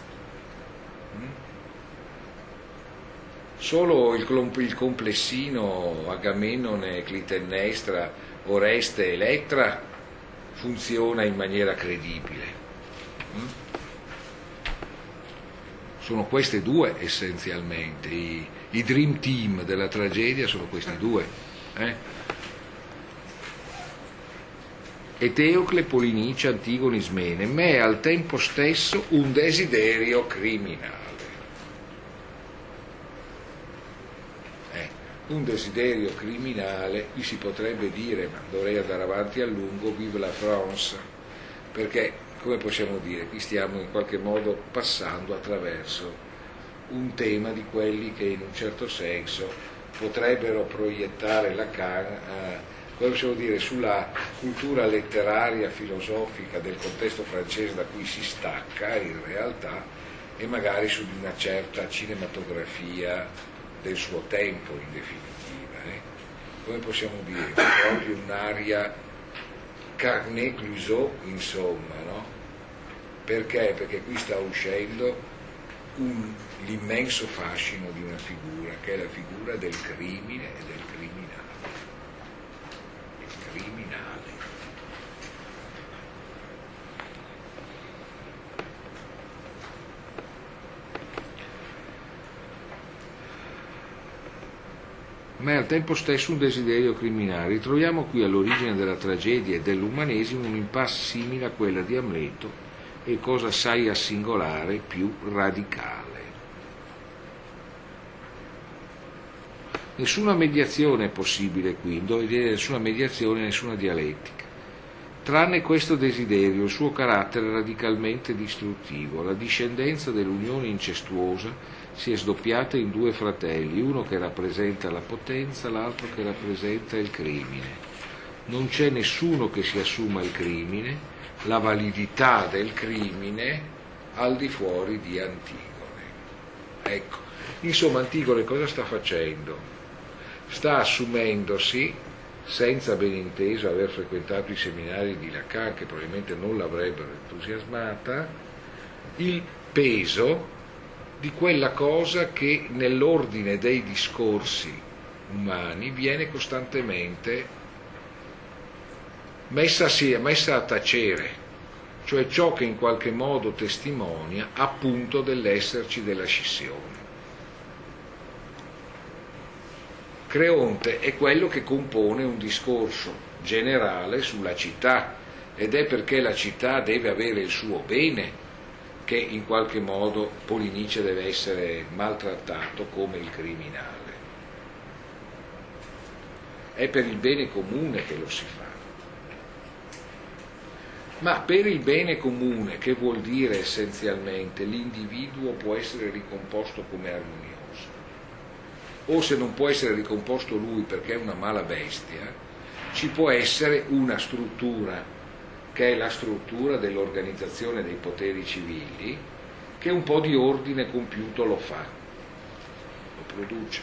Solo il, il complessino Agamennone, Clitennestra, Oreste e Elettra funziona in maniera credibile. Sono queste due essenzialmente, i, i dream team della tragedia sono questi due. Eh? Eteocle, Polinice, Antigone, Ismene, ma è al tempo stesso un desiderio criminale. Eh, un desiderio criminale, qui si potrebbe dire, ma dovrei andare avanti a lungo, vive la France, perché, come possiamo dire, qui stiamo in qualche modo passando attraverso un tema di quelli che in un certo senso potrebbero proiettare Lacan, eh, come possiamo dire, sulla cultura letteraria, filosofica del contesto francese da cui si stacca in realtà, e magari su una certa cinematografia del suo tempo in definitiva. Eh? Come possiamo dire, proprio un'aria Carnet-Clusot, insomma, no? Perché? Perché qui sta uscendo un, l'immenso fascino di una figura, che è la figura del crimine e del criminale. Il criminale. Ma è al tempo stesso un desiderio criminale. Ritroviamo qui all'origine della tragedia e dell'umanesimo un'impasse simile a quella di Amleto, e cosa assai a singolare, più radicale. Nessuna mediazione è possibile qui, nessuna mediazione, nessuna dialettica, tranne questo desiderio, il suo carattere radicalmente distruttivo. La discendenza dell'unione incestuosa si è sdoppiata in due fratelli, uno che rappresenta la potenza, l'altro che rappresenta il crimine. Non c'è nessuno che si assuma il crimine, la validità del crimine al di fuori di Antigone. Ecco, insomma, Antigone cosa sta facendo? Sta assumendosi, senza ben inteso aver frequentato i seminari di Lacan, che probabilmente non l'avrebbero entusiasmata, il peso di quella cosa che nell'ordine dei discorsi umani viene costantemente messa a, messa a tacere, cioè ciò che in qualche modo testimonia appunto dell'esserci della scissione. Creonte è quello che compone un discorso generale sulla città, ed è perché la città deve avere il suo bene che in qualche modo Polinice deve essere maltrattato come il criminale. È per il bene comune che lo si fa. Ma per il bene comune, che vuol dire essenzialmente, l'individuo può essere ricomposto come armonioso. O se non può essere ricomposto lui perché è una mala bestia, ci può essere una struttura, che è la struttura dell'organizzazione dei poteri civili, che un po' di ordine compiuto lo fa, lo produce.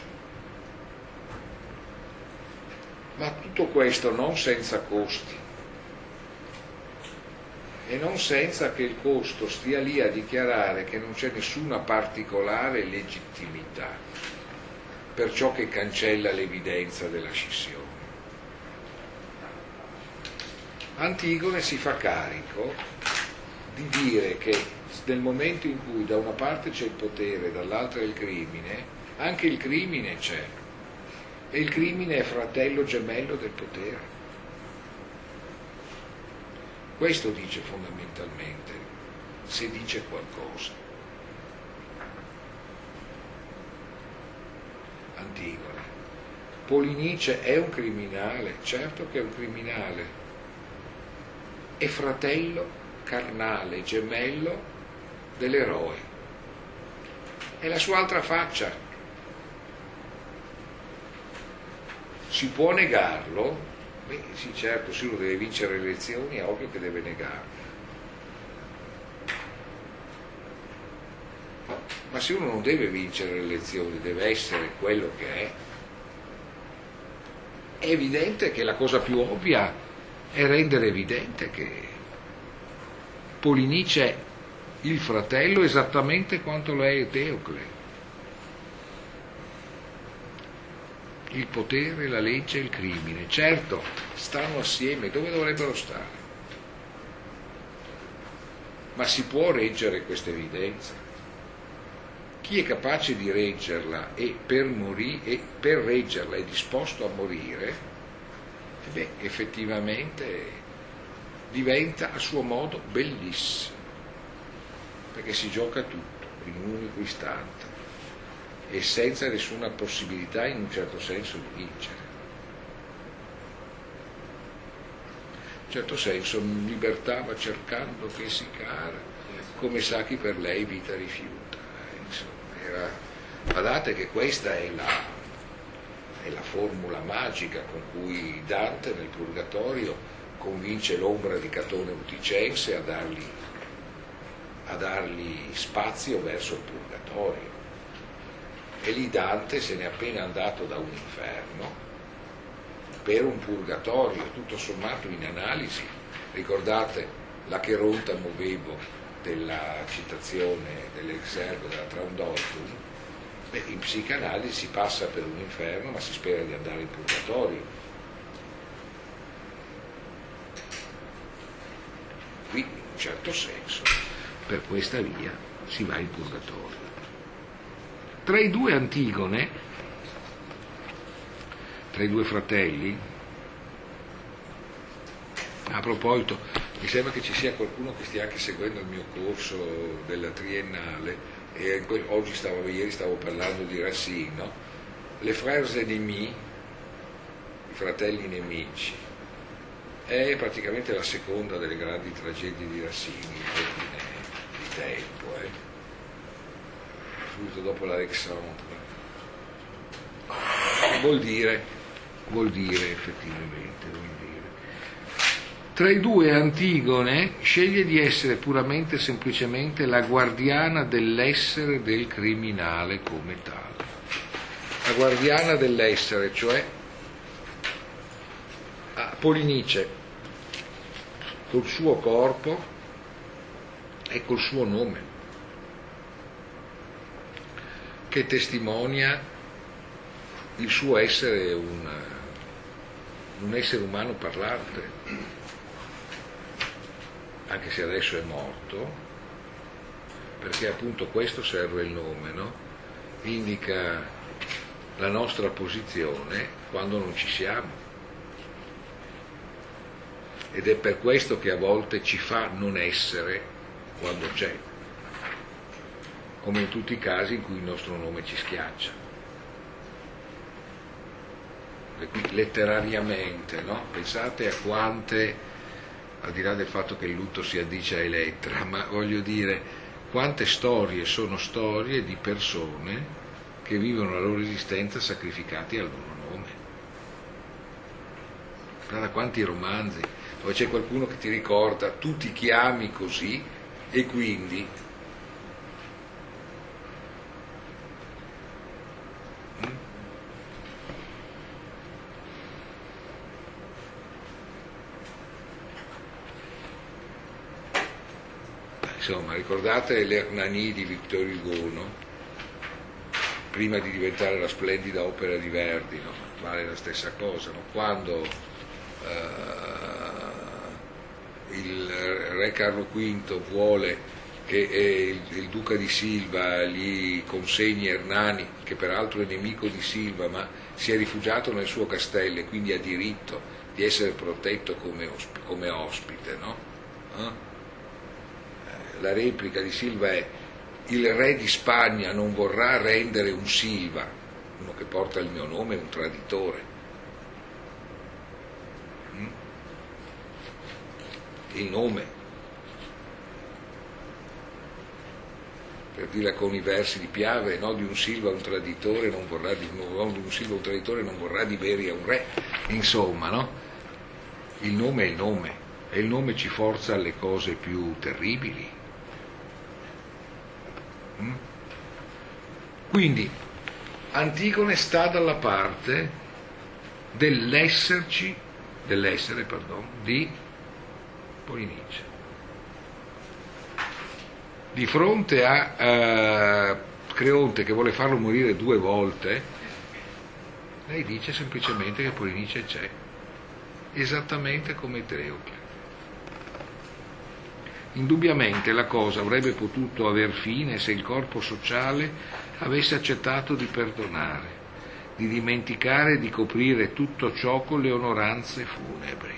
Ma tutto questo non senza costi, e non senza che il costo stia lì a dichiarare che non c'è nessuna particolare legittimità per ciò che cancella l'evidenza della scissione. Antigone si fa carico di dire che nel momento in cui da una parte c'è il potere e dall'altra il crimine, anche il crimine c'è, e il crimine è fratello gemello del potere. Questo dice fondamentalmente, se dice qualcosa. Antigone. Polinice è un criminale, certo che è un criminale, è fratello carnale, gemello dell'eroe. È la sua altra faccia. Si può negarlo? Beh, sì, certo, se uno deve vincere le elezioni è ovvio che deve negarlo. Ma se uno non deve vincere le elezioni, deve essere quello che è, è evidente che la cosa più ovvia è rendere evidente che Polinice è il fratello esattamente quanto lo è Eteocle. Il potere, la legge e il crimine, certo, stanno assieme, dove dovrebbero stare? Ma si può reggere questa evidenza? Chi è capace di reggerla e per, morì, e per reggerla è disposto a morire, beh, effettivamente diventa a suo modo bellissimo, perché si gioca tutto in un unico istante e senza nessuna possibilità in un certo senso di vincere. In un certo senso libertà va cercando che si cara, come sa chi per lei vita rifiuta. Insomma, era... Badate che questa è la, è la formula magica con cui Dante nel Purgatorio convince l'ombra di Catone Uticense a dargli, a dargli spazio verso il Purgatorio. E lì Dante se n'è appena andato da un inferno per un purgatorio, tutto sommato in analisi. Ricordate la Cheronta Movevo della citazione dell'Exergo della Traundortum? Beh, in psicanalisi si passa per un inferno, ma si spera di andare in purgatorio. Qui, in un certo senso, per questa via si va in purgatorio. Tra i due Antigone, tra i due fratelli, a proposito, mi sembra che ci sia qualcuno che stia anche seguendo il mio corso della triennale, e oggi stavo, ieri stavo parlando di Racine, no? Les frères ennemis, i fratelli nemici, è praticamente la seconda delle grandi tragedie di Racine in ordine di tempo, eh? subito dopo l'Alexandre. Vuol dire, vuol dire effettivamente, vuol dire. Tra i due Antigone sceglie di essere puramente e semplicemente la guardiana dell'essere del criminale come tale. La guardiana dell'essere, cioè Polinice col suo corpo e col suo nome, che testimonia il suo essere un, un essere umano parlante, anche se adesso è morto, perché appunto questo serve il nome, no? Indica la nostra posizione quando non ci siamo. Ed è per questo che a volte ci fa non essere quando c'è, come in tutti i casi in cui il nostro nome ci schiaccia. E qui letterariamente, no? Pensate a quante, al di là del fatto che il lutto si addice a Elettra, ma voglio dire, quante storie sono storie di persone che vivono la loro esistenza sacrificati al loro nome. Guarda quanti romanzi, dove c'è qualcuno che ti ricorda, tu ti chiami così e quindi... Insomma, ricordate l'Hernani di Victor Hugo, no? Prima di diventare la splendida opera di Verdi, no? Vale la stessa cosa, no? Quando eh, il re Carlo V vuole che eh, il, il duca di Silva gli consegni Hernani, che peraltro è nemico di Silva, ma si è rifugiato nel suo castello e quindi ha diritto di essere protetto come, osp- come ospite, no? Eh? La replica di Silva è: il re di Spagna non vorrà rendere un Silva, uno che porta il mio nome, un traditore. Mm? Il nome, per dire con i versi di Piave, no, di un Silva un traditore non vorrà di, no, di un Silva un traditore non vorrà di Beria un re. Insomma, no? Il nome è il nome, e il nome ci forza alle cose più terribili. Quindi Antigone sta dalla parte dell'esserci, dell'essere, pardon, di Polinice. Di fronte a uh, Creonte che vuole farlo morire due volte, lei dice semplicemente che Polinice c'è, esattamente come Teocle. Indubbiamente la cosa avrebbe potuto aver fine se il corpo sociale avesse accettato di perdonare, di dimenticare e di coprire tutto ciò con le onoranze funebri.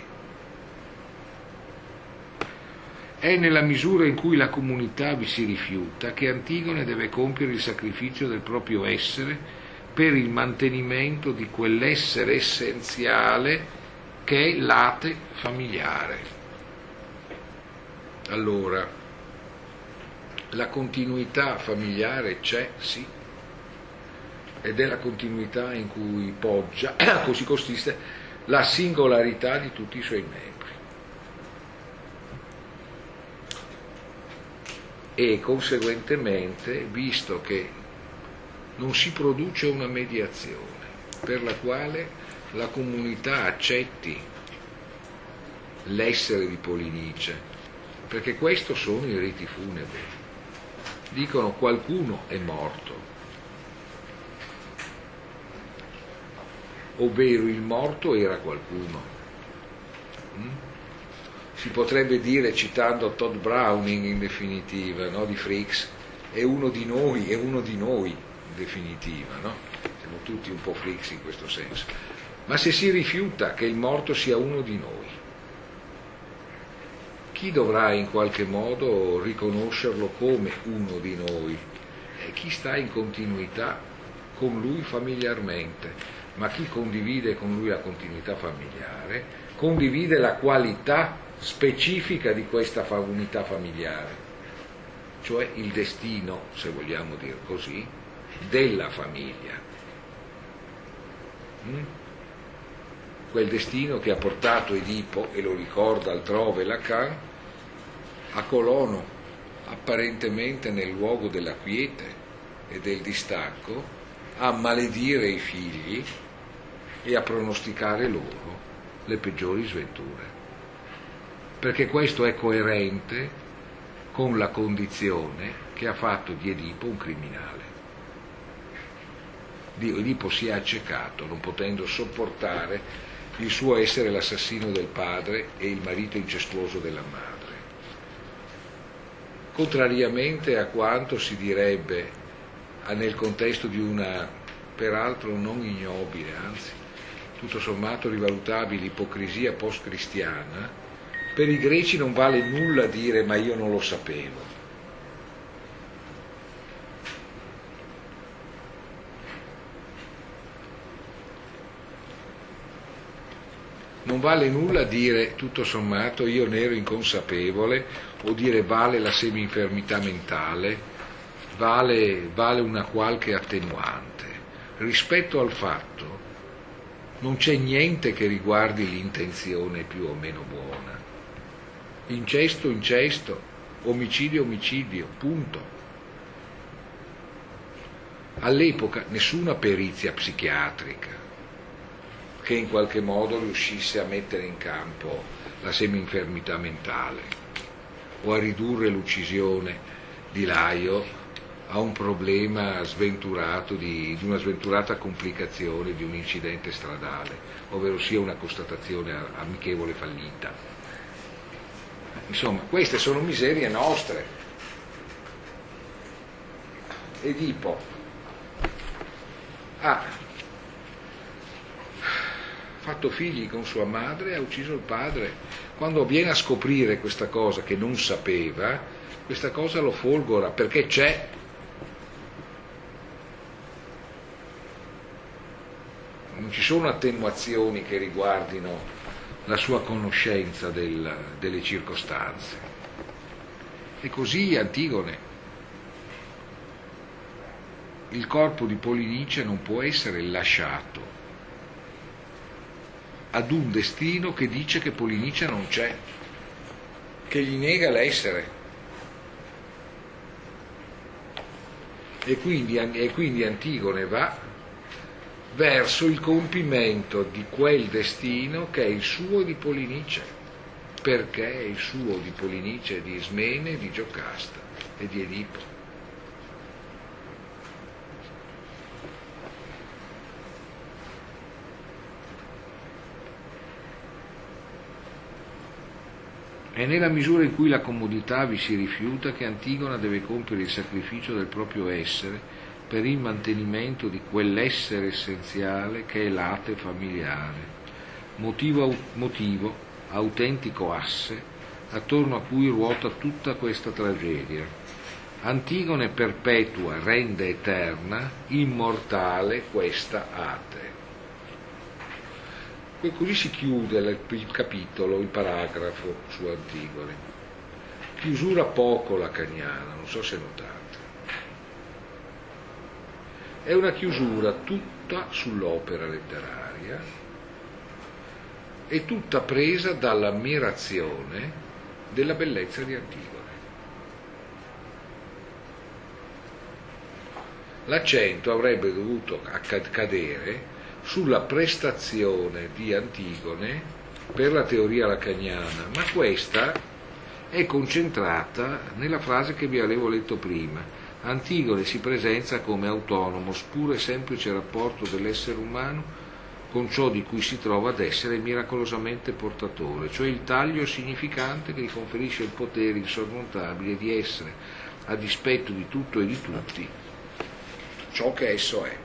È nella misura in cui la comunità vi si rifiuta che Antigone deve compiere il sacrificio del proprio essere per il mantenimento di quell'essere essenziale che è l'ate familiare. Allora, la continuità familiare c'è, sì, ed è la continuità in cui poggia, così consiste, la singolarità di tutti i suoi membri. E conseguentemente, visto che non si produce una mediazione per la quale la comunità accetti l'essere di Polinice, perché questo sono i riti funebri, dicono qualcuno è morto, ovvero il morto era qualcuno. Mm? Si potrebbe dire, citando Todd Browning in definitiva, no, di Freaks, è uno di noi, è uno di noi in definitiva, no? Siamo tutti un po' freaks in questo senso. Ma se si rifiuta che il morto sia uno di noi, chi dovrà in qualche modo riconoscerlo come uno di noi? È chi sta in continuità con lui familiarmente, ma chi condivide con lui la continuità familiare, condivide la qualità specifica di questa unità familiare, cioè il destino, se vogliamo dire così, della famiglia. Mm? Quel destino che ha portato Edipo, e lo ricorda altrove Lacan, a Colono, apparentemente nel luogo della quiete e del distacco, a maledire i figli e a pronosticare loro le peggiori sventure. Perché questo è coerente con la condizione che ha fatto di Edipo un criminale. Edipo si è accecato, non potendo sopportare il suo essere l'assassino del padre e il marito incestuoso della madre. Contrariamente a quanto si direbbe nel contesto di una peraltro non ignobile, anzi tutto sommato rivalutabile ipocrisia post-cristiana, per i greci non vale nulla dire ma io non lo sapevo. Non vale nulla dire tutto sommato io ne ero inconsapevole, o dire vale la semi-infermità mentale, vale, vale una qualche attenuante. Rispetto al fatto non c'è niente che riguardi l'intenzione più o meno buona. Incesto, incesto, omicidio, omicidio, punto. All'epoca nessuna perizia psichiatrica che in qualche modo riuscisse a mettere in campo la semi-infermità mentale o a ridurre l'uccisione di Laio a un problema sventurato di, di una sventurata complicazione di un incidente stradale, ovvero sia una constatazione amichevole fallita. Insomma, queste sono miserie nostre. Edipo ha fatto figli con sua madre, ha ucciso il padre. Quando viene a scoprire questa cosa che non sapeva, questa cosa lo folgora, perché c'è. Non ci sono attenuazioni che riguardino la sua conoscenza del, delle circostanze. E così Antigone. Il corpo di Polinice non può essere lasciato ad un destino che dice che Polinice non c'è, che gli nega l'essere. E quindi, e quindi Antigone va verso il compimento di quel destino che è il suo di Polinice, perché è il suo di Polinice, di Ismene, di Giocasta e di Edipo. È nella misura in cui la comodità vi si rifiuta che Antigona deve compiere il sacrificio del proprio essere per il mantenimento di quell'essere essenziale che è l'ate familiare, motivo, motivo, autentico asse, attorno a cui ruota tutta questa tragedia. Antigone perpetua, rende eterna, immortale questa ate. E così si chiude il capitolo, il paragrafo su Antigone. Chiusura poco lacaniana, non so se notate. È una chiusura tutta sull'opera letteraria e tutta presa dall'ammirazione della bellezza di Antigone. L'accento avrebbe dovuto cadere sulla prestazione di Antigone per la teoria lacaniana, ma questa è concentrata nella frase che vi avevo letto prima. Antigone si presenta come autonomo, puro e semplice rapporto dell'essere umano con ciò di cui si trova ad essere miracolosamente portatore, cioè il taglio significante che gli conferisce il potere insormontabile di essere, a dispetto di tutto e di tutti, ciò che esso è.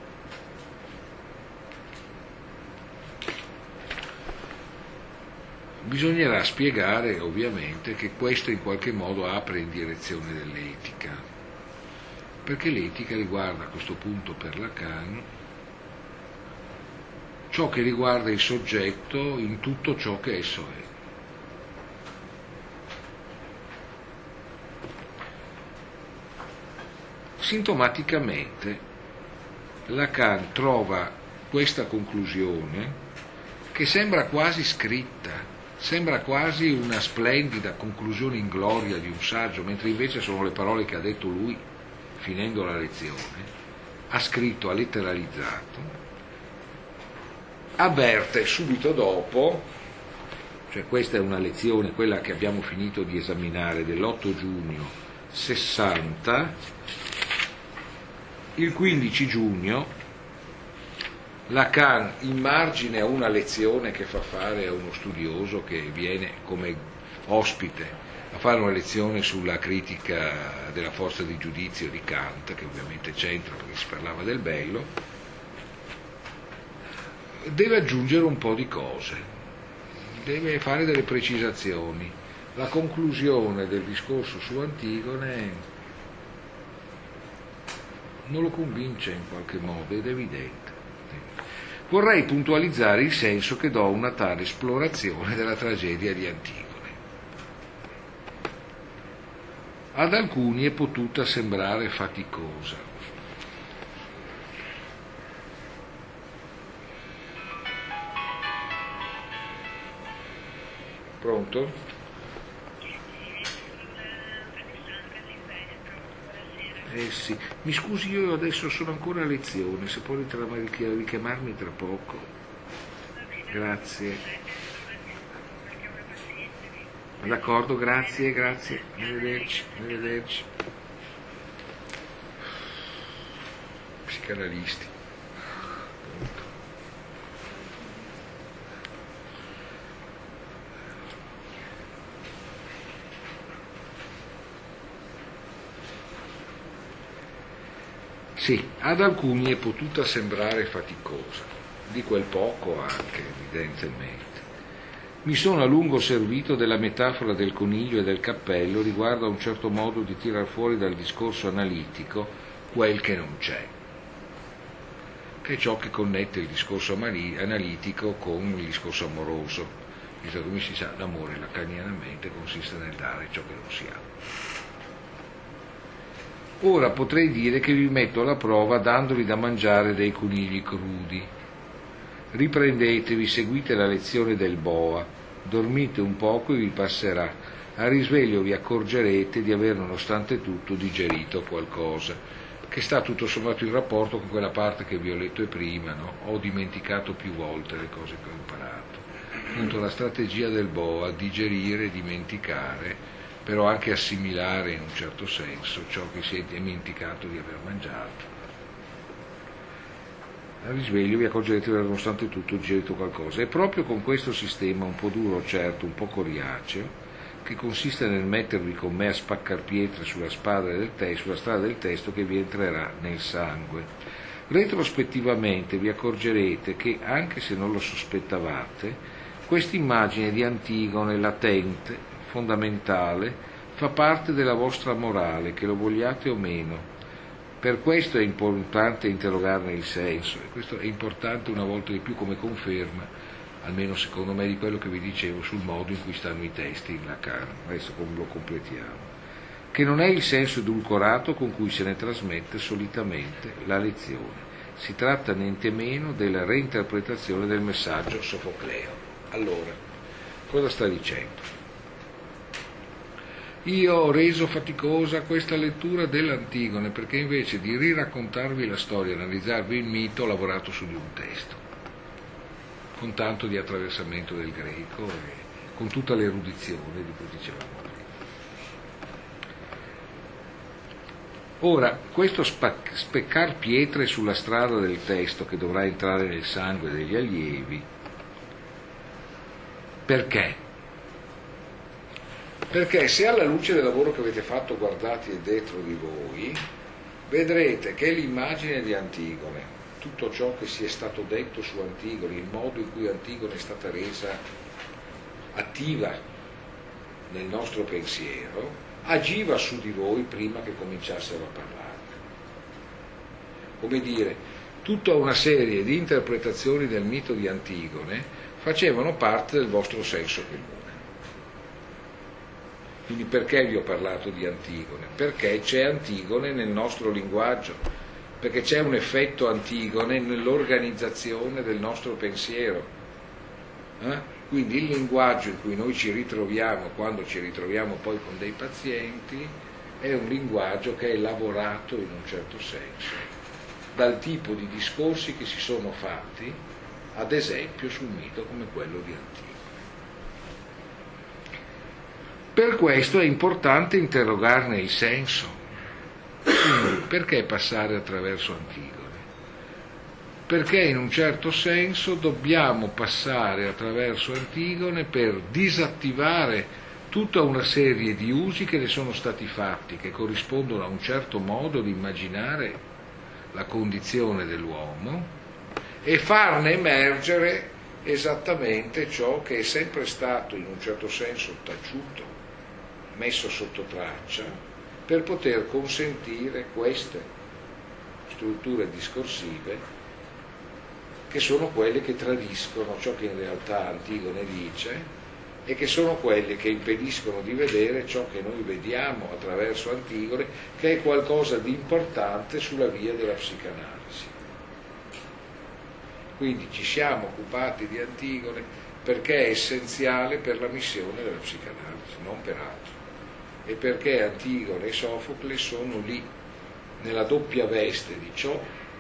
Bisognerà spiegare ovviamente che questo in qualche modo apre in direzione dell'etica, perché l'etica riguarda a questo punto per Lacan ciò che riguarda il soggetto in tutto ciò che esso è. Sintomaticamente Lacan trova questa conclusione che sembra quasi scritta, sembra quasi una splendida conclusione in gloria di un saggio, mentre invece sono le parole che ha detto lui finendo la lezione, ha scritto, ha letteralizzato, avverte subito dopo, cioè questa è una lezione, quella che abbiamo finito di esaminare dell'otto giugno sessanta, il quindici giugno Lacan, in margine a una lezione che fa fare a uno studioso che viene come ospite a fare una lezione sulla critica della forza di giudizio di Kant, che ovviamente c'entra perché si parlava del bello, deve aggiungere un po' di cose, deve fare delle precisazioni. La conclusione del discorso su Antigone non lo convince in qualche modo, ed è evidente. Vorrei puntualizzare il senso che do a una tale esplorazione della tragedia di Antigone. Ad alcuni è potuta sembrare faticosa. Pronto? Eh sì, mi scusi, io adesso sono ancora a lezione, se può richiamarmi tra poco. Grazie. D'accordo, grazie, grazie. Arrivederci, arrivederci. Psicanalisti. Sì, ad alcuni è potuta sembrare faticosa, di quel poco anche, evidentemente. Mi sono a lungo servito della metafora del coniglio e del cappello riguardo a un certo modo di tirar fuori dal discorso analitico quel che non c'è, che è ciò che connette il discorso analitico con il discorso amoroso. Come si sa, l'amore lacanianamente consiste nel dare ciò che non si ha. Ora potrei dire che vi metto alla prova dandovi da mangiare dei conigli crudi. Riprendetevi, seguite la lezione del boa, dormite un poco e vi passerà. Al risveglio vi accorgerete di aver nonostante tutto digerito qualcosa, che sta tutto sommato in rapporto con quella parte che vi ho letto prima, no? Ho dimenticato più volte le cose che ho imparato. Appunto la strategia del boa, digerire, dimenticare, però anche assimilare in un certo senso ciò che si è dimenticato di aver mangiato. Al risveglio vi accorgerete di aver nonostante tutto digerito qualcosa. È proprio con questo sistema un po' duro, certo, un po' coriaceo, che consiste nel mettervi con me a spaccar pietre sulla, spada del testo, sulla strada del testo che vi entrerà nel sangue. Retrospettivamente vi accorgerete che, anche se non lo sospettavate, questa immagine di Antigone latente, fondamentale, fa parte della vostra morale, che lo vogliate o meno. Per questo è importante interrogarne il senso, e questo è importante una volta di più come conferma, almeno secondo me, di quello che vi dicevo sul modo in cui stanno i testi in Lacan. Adesso come lo completiamo. Che non è il senso edulcorato con cui se ne trasmette solitamente la lezione. Si tratta niente meno della reinterpretazione del messaggio sofocleo. Allora, cosa sta dicendo? Io ho reso faticosa questa lettura dell'Antigone perché invece di riraccontarvi la storia, analizzarvi il mito, ho lavorato su di un testo, con tanto di attraversamento del greco e con tutta l'erudizione di cui dicevamo prima. Ora, questo spac- speccar pietre sulla strada del testo che dovrà entrare nel sangue degli allievi, perché? Perché se alla luce del lavoro che avete fatto guardate dentro di voi, vedrete che l'immagine di Antigone, tutto ciò che si è stato detto su Antigone, il modo in cui Antigone è stata resa attiva nel nostro pensiero, agiva su di voi prima che cominciassero a parlare. Come dire, tutta una serie di interpretazioni del mito di Antigone facevano parte del vostro senso comune. Quindi perché vi ho parlato di Antigone? Perché c'è Antigone nel nostro linguaggio, perché c'è un effetto Antigone nell'organizzazione del nostro pensiero. Eh? Quindi il linguaggio in cui noi ci ritroviamo quando ci ritroviamo poi con dei pazienti è un linguaggio che è lavorato in un certo senso dal tipo di discorsi che si sono fatti, ad esempio, su un mito come quello di Antigone. Per questo è importante interrogarne il senso. Quindi, perché passare attraverso Antigone? Perché in un certo senso dobbiamo passare attraverso Antigone per disattivare tutta una serie di usi che ne sono stati fatti, che corrispondono a un certo modo di immaginare la condizione dell'uomo e farne emergere esattamente ciò che è sempre stato in un certo senso taciuto, messo sotto traccia, per poter consentire queste strutture discorsive che sono quelle che tradiscono ciò che in realtà Antigone dice e che sono quelle che impediscono di vedere ciò che noi vediamo attraverso Antigone, che è qualcosa di importante sulla via della psicanalisi. Quindi ci siamo occupati di Antigone perché è essenziale per la missione della psicanalisi, non per altro, e perché Antigone e Sofocle sono lì nella doppia veste di ciò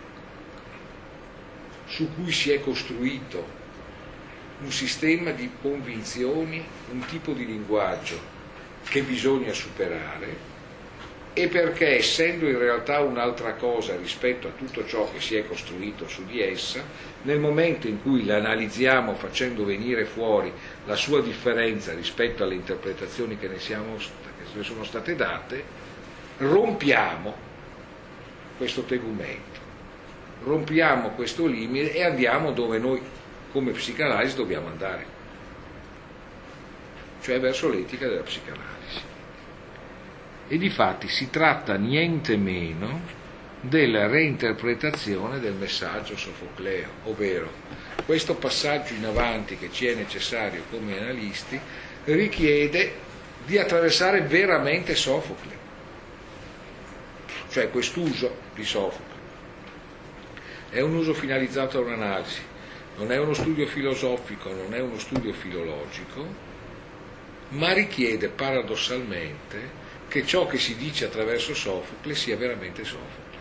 su cui si è costruito un sistema di convinzioni, un tipo di linguaggio che bisogna superare, e perché, essendo in realtà un'altra cosa rispetto a tutto ciò che si è costruito su di essa, nel momento in cui la analizziamo facendo venire fuori la sua differenza rispetto alle interpretazioni che ne, siamo, che ne sono state date, rompiamo questo tegumento, rompiamo questo limite e andiamo dove noi come psicanalisi dobbiamo andare, cioè verso l'etica della psicanalisi. E difatti si tratta niente meno della reinterpretazione del messaggio sofocleo, ovvero questo passaggio in avanti che ci è necessario come analisti richiede di attraversare veramente Sofocle, cioè quest'uso di Sofocle è un uso finalizzato a un'analisi, non è uno studio filosofico, non è uno studio filologico, ma richiede paradossalmente che ciò che si dice attraverso Sofocle sia veramente Sofocle,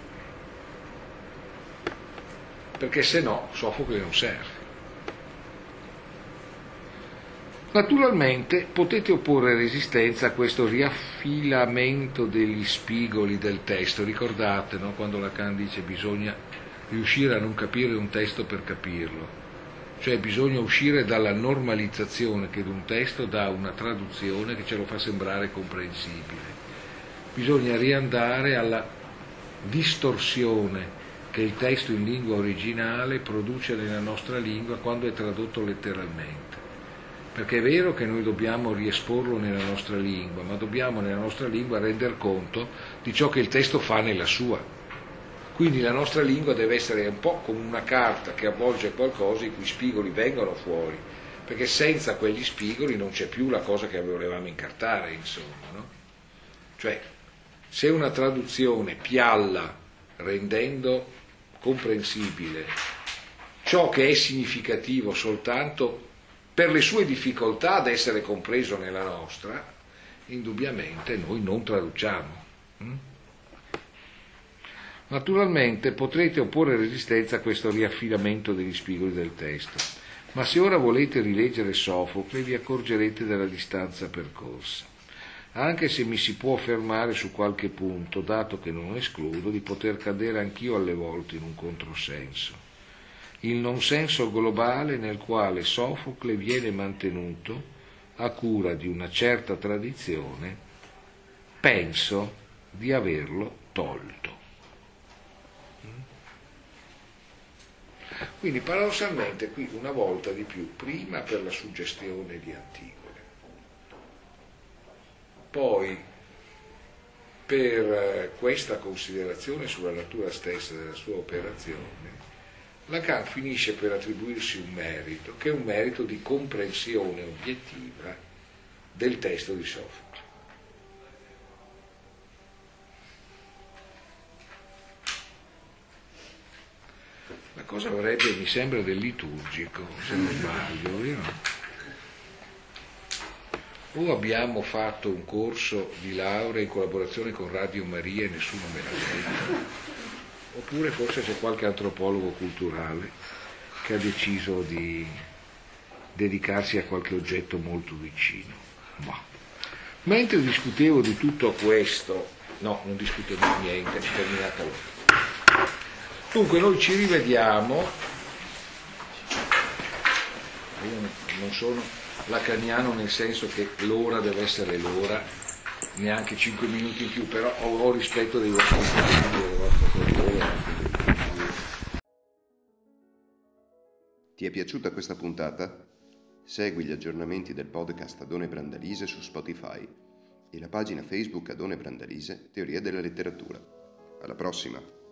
perché se no Sofocle non serve. Naturalmente potete opporre resistenza a questo riaffilamento degli spigoli del testo. Ricordate, no? Quando Lacan dice bisogna riuscire a non capire un testo per capirlo, cioè bisogna uscire dalla normalizzazione che un testo dà una traduzione che ce lo fa sembrare comprensibile, bisogna riandare alla distorsione che il testo in lingua originale produce nella nostra lingua quando è tradotto letteralmente, perché è vero che noi dobbiamo riesporlo nella nostra lingua, ma dobbiamo nella nostra lingua render conto di ciò che il testo fa nella sua. Quindi la nostra lingua deve essere un po' come una carta che avvolge qualcosa i cui spigoli vengono fuori, perché senza quegli spigoli non c'è più la cosa che volevamo incartare, insomma, no? Cioè, se una traduzione pialla rendendo comprensibile ciò che è significativo soltanto per le sue difficoltà ad essere compreso nella nostra, indubbiamente noi non traduciamo. Hm? Naturalmente potrete opporre resistenza a questo riaffilamento degli spigoli del testo, ma se ora volete rileggere Sofocle vi accorgerete della distanza percorsa, anche se mi si può fermare su qualche punto, dato che non escludo di poter cadere anch'io alle volte in un controsenso, il non senso globale nel quale Sofocle viene mantenuto a cura di una certa tradizione, penso di averlo tolto. Quindi paradossalmente qui una volta di più, prima per la suggestione di Antigone, poi per questa considerazione sulla natura stessa della sua operazione, Lacan finisce per attribuirsi un merito, che è un merito di comprensione obiettiva del testo di Sofocle. La cosa avrebbe, mi sembra, del liturgico, se non sbaglio, io no. O abbiamo fatto un corso di laurea in collaborazione con Radio Maria e nessuno me l'ha detto, oppure forse c'è qualche antropologo culturale che ha deciso di dedicarsi a qualche oggetto molto vicino. Ma. Mentre discutevo di tutto questo, no, non discutevo niente, è terminata l'ora. Dunque noi ci rivediamo, io non sono lacaniano nel senso che l'ora deve essere l'ora, neanche cinque minuti in più, però ho, ho rispetto dei vostri contenuti, delle vostre cose. Ti è piaciuta questa puntata? Segui gli aggiornamenti del podcast Adone Brandalise su Spotify e la pagina Facebook Adone Brandalise Teoria della letteratura. Alla prossima!